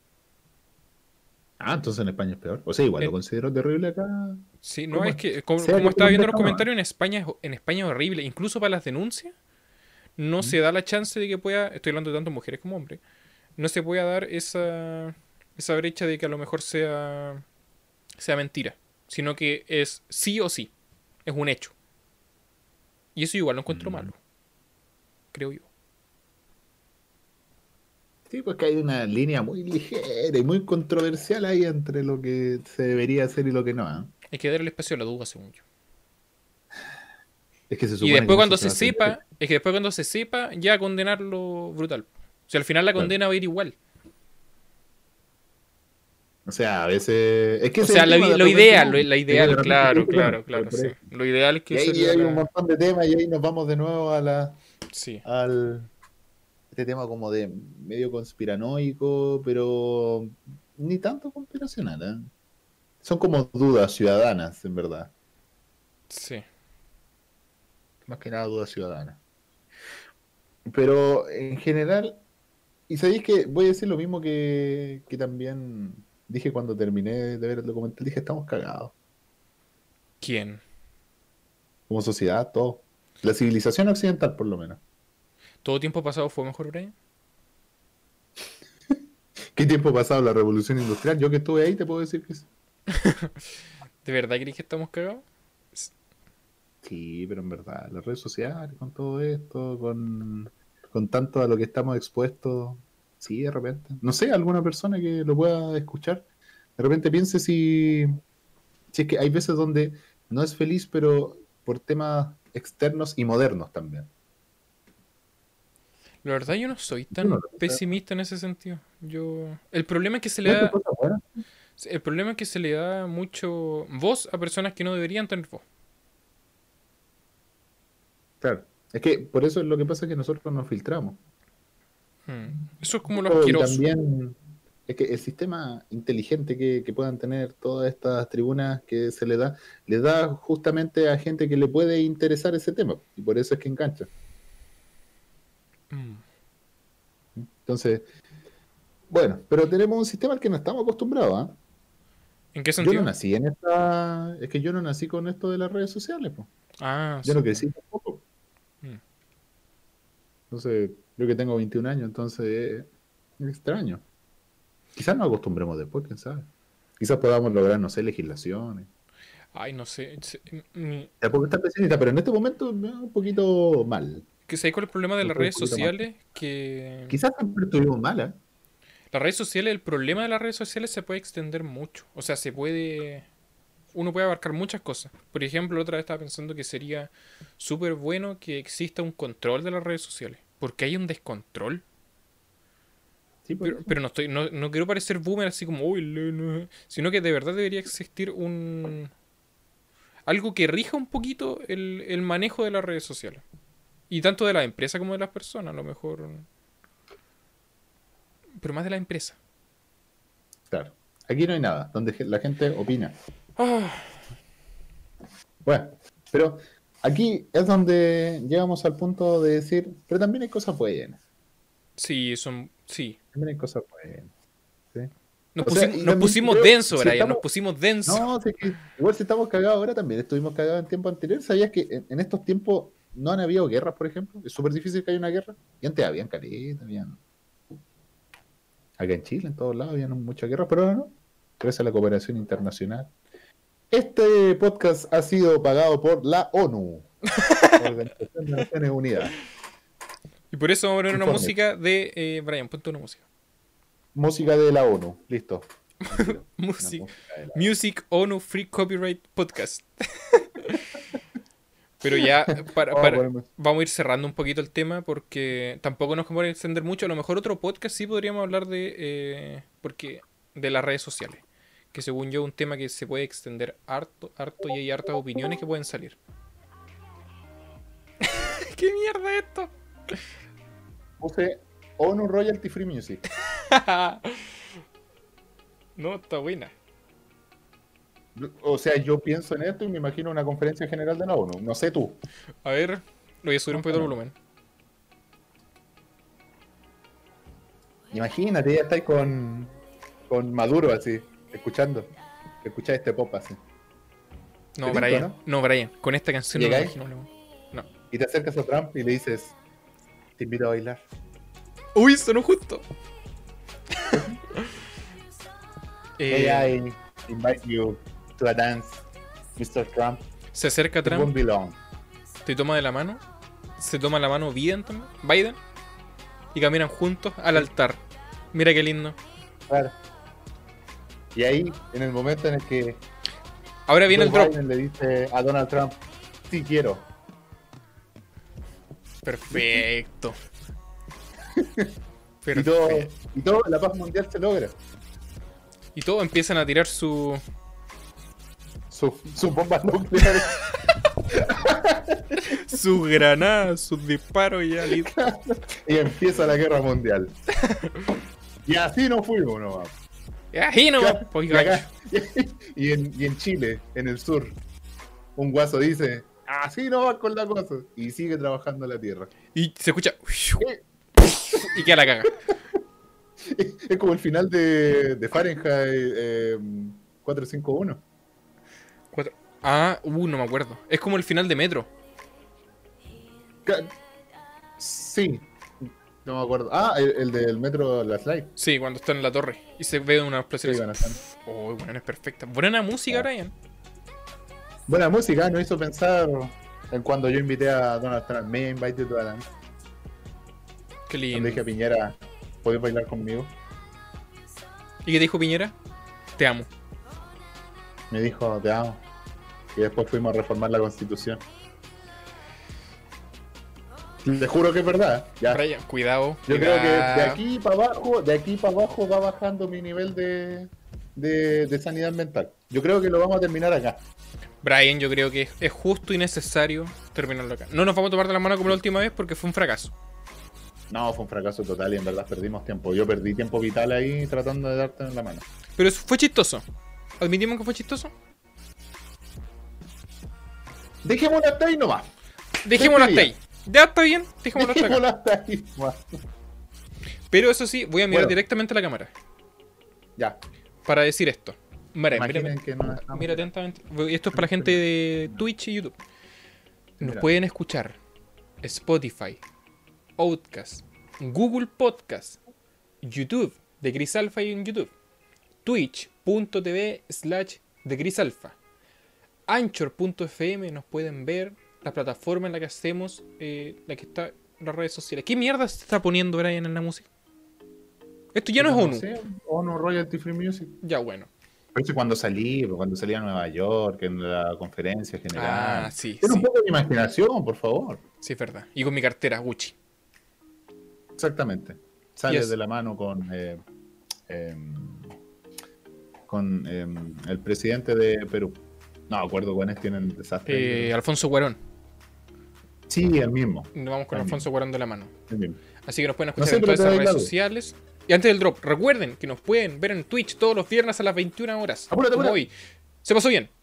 [SPEAKER 1] Ah, entonces en España es peor. O sea, igual lo
[SPEAKER 2] En-
[SPEAKER 1] considero terrible acá.
[SPEAKER 2] sí, no,
[SPEAKER 1] ¿Cómo
[SPEAKER 2] es
[SPEAKER 1] es?
[SPEAKER 2] que, como,
[SPEAKER 1] Sea
[SPEAKER 2] como
[SPEAKER 1] que tú
[SPEAKER 2] estaba viendo
[SPEAKER 1] contés
[SPEAKER 2] en los
[SPEAKER 1] o no, ¿eh?
[SPEAKER 2] comentarios, en España es horrible. Incluso para las denuncias, no
[SPEAKER 1] ¿Mm?
[SPEAKER 2] se da la chance de que pueda, estoy hablando de tanto mujeres como hombres, no se pueda dar esa brecha de que a lo mejor sea mentira, sino que es sí o sí, es un hecho. Y eso igual lo encuentro
[SPEAKER 1] Mm.
[SPEAKER 2] malo, creo yo.
[SPEAKER 1] Sí, pues que hay una línea muy ligera y muy controversial ahí entre lo que se debería hacer y lo que no, ¿ah?
[SPEAKER 2] Hay que dar el espacio a la duda, según yo.
[SPEAKER 1] Es que se
[SPEAKER 2] Y
[SPEAKER 1] supone que
[SPEAKER 2] después
[SPEAKER 1] en eso
[SPEAKER 2] cuando
[SPEAKER 1] se
[SPEAKER 2] se
[SPEAKER 1] basa el derecho.
[SPEAKER 2] sepa, es que después cuando se sepa, ya condenarlo brutal. O sea, al final la
[SPEAKER 1] Claro.
[SPEAKER 2] condena va a ir igual.
[SPEAKER 1] O sea, a veces. Es que
[SPEAKER 2] O
[SPEAKER 1] ese es
[SPEAKER 2] sea,
[SPEAKER 1] el tema, de
[SPEAKER 2] lo
[SPEAKER 1] repente
[SPEAKER 2] ideal,
[SPEAKER 1] no.
[SPEAKER 2] la
[SPEAKER 1] Es que de
[SPEAKER 2] ideal,
[SPEAKER 1] repente te
[SPEAKER 2] claro,
[SPEAKER 1] dice, bueno,
[SPEAKER 2] claro, claro,
[SPEAKER 1] por
[SPEAKER 2] sí.
[SPEAKER 1] eso.
[SPEAKER 2] Lo ideal es
[SPEAKER 1] Y
[SPEAKER 2] que
[SPEAKER 1] ahí
[SPEAKER 2] sería
[SPEAKER 1] hay un
[SPEAKER 2] la...
[SPEAKER 1] montón de temas y ahí nos vamos de nuevo
[SPEAKER 2] Sí.
[SPEAKER 1] al este tema como de medio conspiranoico, pero ni tanto conspiracional, ¿eh? Son como dudas ciudadanas, en verdad.
[SPEAKER 2] Sí.
[SPEAKER 1] Más que nada dudas ciudadanas. Pero en general, y sabéis que voy a decir lo mismo que también dije cuando terminé de ver el documental, dije, estamos cagados.
[SPEAKER 2] ¿Quién?
[SPEAKER 1] Como sociedad, todo. La civilización occidental, por lo menos.
[SPEAKER 2] ¿Todo tiempo pasado fue mejor, Brian?
[SPEAKER 1] ¿Qué tiempo ha pasado la revolución industrial? Yo que estuve ahí te puedo decir que sí.
[SPEAKER 2] ¿De verdad crees que estamos cagados?
[SPEAKER 1] Sí, pero en verdad, las redes sociales, con todo esto, con tanto a lo que estamos expuestos, sí, de repente. No sé, alguna persona que lo pueda escuchar, de repente piense si es que hay veces donde no es feliz, pero por temas externos y modernos también.
[SPEAKER 2] La verdad yo no soy
[SPEAKER 1] Yo no
[SPEAKER 2] tan
[SPEAKER 1] lo sé.
[SPEAKER 2] pesimista en ese sentido. Yo... El problema es que se le
[SPEAKER 1] ¿No te
[SPEAKER 2] da...
[SPEAKER 1] pasa buena?
[SPEAKER 2] El problema es que se le da mucho voz a personas que no deberían tener voz.
[SPEAKER 1] Claro. Es que por eso es lo que pasa que nosotros nos filtramos.
[SPEAKER 2] Eso es como lo
[SPEAKER 1] Y
[SPEAKER 2] asqueroso.
[SPEAKER 1] también es que el sistema inteligente que puedan tener todas estas tribunas que se le da justamente a gente que le puede interesar ese tema. Y por eso es que engancha.
[SPEAKER 2] Mm.
[SPEAKER 1] Entonces, bueno, pero tenemos un sistema al que no estamos acostumbrados, ¿ah?
[SPEAKER 2] ¿En qué
[SPEAKER 1] Yo no
[SPEAKER 2] sentido?
[SPEAKER 1] nací en esta. Es que yo no nací con esto de las redes sociales, pues.
[SPEAKER 2] Ah,
[SPEAKER 1] Yo
[SPEAKER 2] sí,
[SPEAKER 1] no
[SPEAKER 2] pues.
[SPEAKER 1] crecí tampoco.
[SPEAKER 2] Mm.
[SPEAKER 1] Entonces, yo que tengo 21 años, entonces es extraño. Quizás nos acostumbremos después, quién sabe. Quizás podamos lograr, no sé, legislaciones.
[SPEAKER 2] Ay, no sé.
[SPEAKER 1] Tampoco está pesimista, pero en este momento un poquito mal.
[SPEAKER 2] ¿Qué sabes cuál es el problema de
[SPEAKER 1] Lo
[SPEAKER 2] las
[SPEAKER 1] estoy un
[SPEAKER 2] redes
[SPEAKER 1] poquito mal.
[SPEAKER 2] sociales? Que
[SPEAKER 1] Quizás siempre estuvimos mal, ¿eh?
[SPEAKER 2] las redes sociales, el problema de las redes sociales se puede extender mucho. O sea, se puede... Uno puede abarcar muchas cosas. Por ejemplo, la otra vez estaba pensando que sería súper bueno que exista un control de las redes sociales. Porque hay un descontrol.
[SPEAKER 1] Sí, por eso.
[SPEAKER 2] Pero no estoy, no quiero parecer boomer así como, uy, no", sino que de verdad debería existir un algo que rija un poquito el manejo de las redes sociales. Y tanto de las empresas como de las personas, a lo mejor. Pero más de la empresa.
[SPEAKER 1] Claro. Aquí no hay nada, donde la gente opina.
[SPEAKER 2] Ah,
[SPEAKER 1] Bueno, pero aquí es donde llegamos al punto de decir, pero también hay cosas buenas.
[SPEAKER 2] sí, son. Sí.
[SPEAKER 1] También hay cosas buenas. ¿Sí?
[SPEAKER 2] Nos
[SPEAKER 1] O sea,
[SPEAKER 2] pusimos,
[SPEAKER 1] y
[SPEAKER 2] nos
[SPEAKER 1] también
[SPEAKER 2] pusimos
[SPEAKER 1] creo,
[SPEAKER 2] denso,
[SPEAKER 1] si
[SPEAKER 2] Brian, nos
[SPEAKER 1] estamos,
[SPEAKER 2] pusimos denso.
[SPEAKER 1] no, sé que igual si estamos cagados ahora, también estuvimos cagados en tiempos anteriores. ¿Sabías que en estos tiempos no han habido guerras, por ejemplo? Es súper difícil que haya una guerra. Y antes habían caleta, habían. Acá en Chile, en todos lados, habían muchas guerras, pero ahora no. Gracias a la cooperación internacional. Este podcast ha sido pagado por la ONU, la Organización de Naciones Unidas.
[SPEAKER 2] Y por eso vamos a poner una
[SPEAKER 1] Informe.
[SPEAKER 2] música de Brian, ponte una música.
[SPEAKER 1] Música de la ONU. Listo. Mentira. Una
[SPEAKER 2] Music,
[SPEAKER 1] música de la ONU.
[SPEAKER 2] Music ONU Free Copyright Podcast. Pero ya,
[SPEAKER 1] Vamos a poner
[SPEAKER 2] vamos a ir cerrando un poquito el tema porque tampoco nos vamos a extender mucho. A lo mejor otro podcast sí podríamos hablar porque, de las redes sociales. Que según yo es un tema que se puede extender harto, harto y hay hartas opiniones que pueden salir. ¿Qué mierda es esto?
[SPEAKER 1] Puse ONU Royalty Free Music.
[SPEAKER 2] No, está buena.
[SPEAKER 1] O sea, yo pienso en esto y me imagino una conferencia general de la ONU. No sé tú.
[SPEAKER 2] A ver, lo voy a subir un
[SPEAKER 1] Más o
[SPEAKER 2] poquito el
[SPEAKER 1] menos.
[SPEAKER 2] volumen.
[SPEAKER 1] Imagínate, ya estáis con Maduro así, escuchando. Escucháis este pop así.
[SPEAKER 2] No,
[SPEAKER 1] ¿Te tinca,
[SPEAKER 2] Brian,
[SPEAKER 1] no?
[SPEAKER 2] no, Brian. Con esta canción no me
[SPEAKER 1] Llegáis
[SPEAKER 2] imagino. No.
[SPEAKER 1] y te acercas a Trump y le dices, te invito a bailar.
[SPEAKER 2] Uy, sonó justo.
[SPEAKER 1] May
[SPEAKER 2] Eh,
[SPEAKER 1] I invite you to a dance, Mr. Trump?
[SPEAKER 2] se acerca
[SPEAKER 1] It won't
[SPEAKER 2] Trump,
[SPEAKER 1] be long.
[SPEAKER 2] te toma de la mano. Se toma la mano Biden también. Biden. Y caminan juntos al altar. Mira qué lindo.
[SPEAKER 1] Claro. Y ahí, en el momento en el que
[SPEAKER 2] Ahora viene
[SPEAKER 1] Joe
[SPEAKER 2] el drop.
[SPEAKER 1] Biden le dice a Donald Trump, sí quiero.
[SPEAKER 2] Perfecto.
[SPEAKER 1] Y todo,
[SPEAKER 2] Perfecto.
[SPEAKER 1] y todo, la paz mundial se logra.
[SPEAKER 2] Y todos empiezan a tirar su
[SPEAKER 1] Sus bombas nucleares.
[SPEAKER 2] sus granadas, sus disparos y ya listo.
[SPEAKER 1] Y empieza la guerra mundial. Y así nos fuimos nomás.
[SPEAKER 2] Ahí no, pues,
[SPEAKER 1] Y acá- y en Chile, en el sur, un guaso dice, así no va con la cosa. Y sigue trabajando la tierra.
[SPEAKER 2] y se escucha y queda la caga.
[SPEAKER 1] Es como el final de Fahrenheit 451.
[SPEAKER 2] No me acuerdo. Es como el final de Metro.
[SPEAKER 1] Ca- Sí, no me acuerdo. El del metro Las Light.
[SPEAKER 2] Sí, cuando está en la torre y se ve una explosión.
[SPEAKER 1] Sí, bueno, están.
[SPEAKER 2] Oh, bueno, es perfecta. Buena música, Brian.
[SPEAKER 1] Buena música, nos hizo pensar en cuando yo invité a Donald Trump. Me invited to Alan.
[SPEAKER 2] Qué
[SPEAKER 1] Cuando
[SPEAKER 2] lindo.
[SPEAKER 1] dije a Piñera, ¿podés bailar conmigo?
[SPEAKER 2] ¿Y qué te dijo Piñera? Te amo.
[SPEAKER 1] Me dijo, te amo. Y después fuimos a reformar la constitución. Te juro que es verdad. Ya.
[SPEAKER 2] Brian, cuidado.
[SPEAKER 1] Yo creo que
[SPEAKER 2] cuidado.
[SPEAKER 1] de aquí para abajo va bajando mi nivel de sanidad mental. Yo creo que lo vamos a terminar acá.
[SPEAKER 2] Brian, yo creo que es justo y necesario terminarlo acá. No nos vamos a tomar de la mano como la última vez porque fue un fracaso.
[SPEAKER 1] No, fue un fracaso total y en verdad perdimos tiempo. Yo perdí tiempo vital ahí tratando de darte en la mano.
[SPEAKER 2] Pero eso fue chistoso. ¿Admitimos que fue chistoso?
[SPEAKER 1] Dejémoslo hasta ahí nomás.
[SPEAKER 2] Dejémoslo hasta ahí. Ya está bien, dejémoslo hasta
[SPEAKER 1] Dejémoslo
[SPEAKER 2] acá.
[SPEAKER 1] hasta ahí nomás.
[SPEAKER 2] Pero eso sí, voy a mirar
[SPEAKER 1] Bueno.
[SPEAKER 2] directamente a la cámara
[SPEAKER 1] Ya.
[SPEAKER 2] para decir esto. Mira,
[SPEAKER 1] Imaginen que no estamos-
[SPEAKER 2] mira atentamente. Esto es para la gente de Twitch y YouTube. Nos
[SPEAKER 1] Mira.
[SPEAKER 2] pueden escuchar Spotify, Outcast, Google Podcast, YouTube, de Chris Alpha y en YouTube, twitch.tv/de Chris Alpha, Anchor.fm nos pueden ver, la plataforma en la que hacemos, la que está en las redes sociales. ¿Qué mierda se está poniendo Brian en la música? Esto ya no es ONU.
[SPEAKER 1] sé, ONU Royalty Free Music.
[SPEAKER 2] Ya bueno.
[SPEAKER 1] Pero eso cuando salí a Nueva York, en la conferencia general.
[SPEAKER 2] Sí,
[SPEAKER 1] Era un
[SPEAKER 2] sí,
[SPEAKER 1] poco de imaginación, por favor.
[SPEAKER 2] sí es verdad. Y con mi cartera Gucci.
[SPEAKER 1] Exactamente. Sales
[SPEAKER 2] Yes.
[SPEAKER 1] de la mano con el presidente de Perú. No me acuerdo cuáles tienen el desastre.
[SPEAKER 2] Alfonso Cuarón.
[SPEAKER 1] Sí, el mismo.
[SPEAKER 2] Nos vamos con
[SPEAKER 1] El
[SPEAKER 2] Alfonso Cuarón de la mano.
[SPEAKER 1] El mismo.
[SPEAKER 2] Así que nos pueden
[SPEAKER 1] No
[SPEAKER 2] escuchar
[SPEAKER 1] sé,
[SPEAKER 2] en
[SPEAKER 1] pero
[SPEAKER 2] todas
[SPEAKER 1] te
[SPEAKER 2] esas
[SPEAKER 1] doy
[SPEAKER 2] redes
[SPEAKER 1] algo.
[SPEAKER 2] sociales. Y antes del drop, recuerden que nos pueden ver en Twitch todos los viernes a las 21 horas.
[SPEAKER 1] Apúrate,
[SPEAKER 2] Como
[SPEAKER 1] apúrate.
[SPEAKER 2] hoy. ¿Se pasó bien?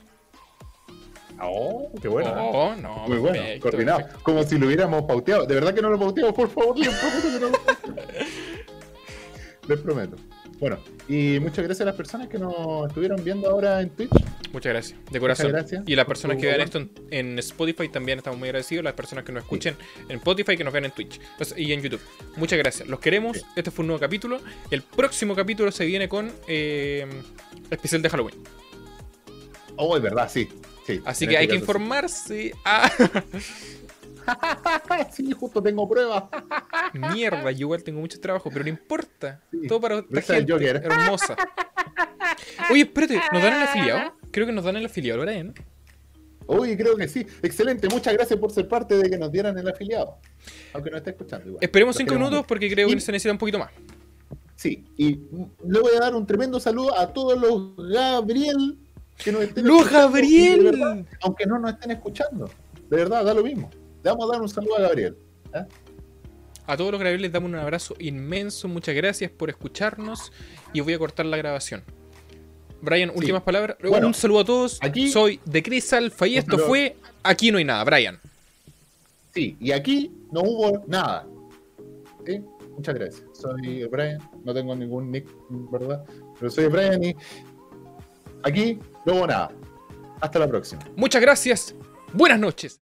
[SPEAKER 1] Oh, qué bueno. ¿no?
[SPEAKER 2] Oh, no.
[SPEAKER 1] Muy bueno,
[SPEAKER 2] perfecto,
[SPEAKER 1] coordinado.
[SPEAKER 2] perfecto.
[SPEAKER 1] Como si lo hubiéramos pauteado. De verdad que no lo pauteamos, por favor, les prometo que no lo pauteamos. Les prometo. Bueno, y muchas gracias a las personas que nos estuvieron viendo ahora en Twitch.
[SPEAKER 2] Muchas gracias, de corazón.
[SPEAKER 1] gracias
[SPEAKER 2] Y las
[SPEAKER 1] por
[SPEAKER 2] personas
[SPEAKER 1] tu
[SPEAKER 2] que vean
[SPEAKER 1] aguante.
[SPEAKER 2] esto en Spotify también estamos muy agradecidos. Las personas que nos escuchen en Spotify, que nos vean en Twitch y en YouTube. Muchas gracias. Los queremos.
[SPEAKER 1] Sí.
[SPEAKER 2] Este fue un nuevo capítulo. El próximo capítulo se viene con especial de Halloween.
[SPEAKER 1] Oh, es verdad, sí. Sí,
[SPEAKER 2] Así
[SPEAKER 1] en
[SPEAKER 2] que
[SPEAKER 1] este
[SPEAKER 2] hay que
[SPEAKER 1] caso sí.
[SPEAKER 2] informarse.
[SPEAKER 1] Sí, justo tengo pruebas.
[SPEAKER 2] Mierda, yo igual tengo mucho trabajo, pero no importa.
[SPEAKER 1] Sí.
[SPEAKER 2] Todo para esta
[SPEAKER 1] Esa es
[SPEAKER 2] gente
[SPEAKER 1] Joker.
[SPEAKER 2] hermosa. Oye, espérate, ¿nos dan el afiliado? Creo que nos dan el afiliado, Brian.
[SPEAKER 1] Uy, creo que sí. Excelente, muchas gracias por ser parte de que nos dieran el afiliado. Aunque no esté escuchando igual.
[SPEAKER 2] Esperemos
[SPEAKER 1] Los
[SPEAKER 2] 5
[SPEAKER 1] queremos
[SPEAKER 2] minutos
[SPEAKER 1] mucho.
[SPEAKER 2] porque creo que
[SPEAKER 1] Y-
[SPEAKER 2] se necesita un poquito más.
[SPEAKER 1] Sí, y le voy a dar un tremendo saludo a todos los Gabriel que nos estén
[SPEAKER 2] ¡Los
[SPEAKER 1] escuchando, y de verdad,
[SPEAKER 2] Gabriel!
[SPEAKER 1] aunque no nos estén escuchando. De verdad, da lo mismo. Le vamos a dar un saludo a Gabriel. ¿eh?
[SPEAKER 2] A todos los Gabriel les damos un abrazo inmenso. Muchas gracias por escucharnos. Y voy a cortar la grabación. Brian, últimas palabras.
[SPEAKER 1] Bueno,
[SPEAKER 2] un saludo a todos.
[SPEAKER 1] aquí-
[SPEAKER 2] Soy de Chris Alpha y
[SPEAKER 1] Un
[SPEAKER 2] esto
[SPEAKER 1] saludo.
[SPEAKER 2] fue Aquí no hay nada, Brian.
[SPEAKER 1] Sí, y aquí no hubo nada. ¿Sí? Muchas gracias. Soy el Brian, no tengo ningún nick, ¿verdad? Pero soy el Brian y aquí no hubo nada. Hasta la próxima.
[SPEAKER 2] Muchas gracias. Buenas noches.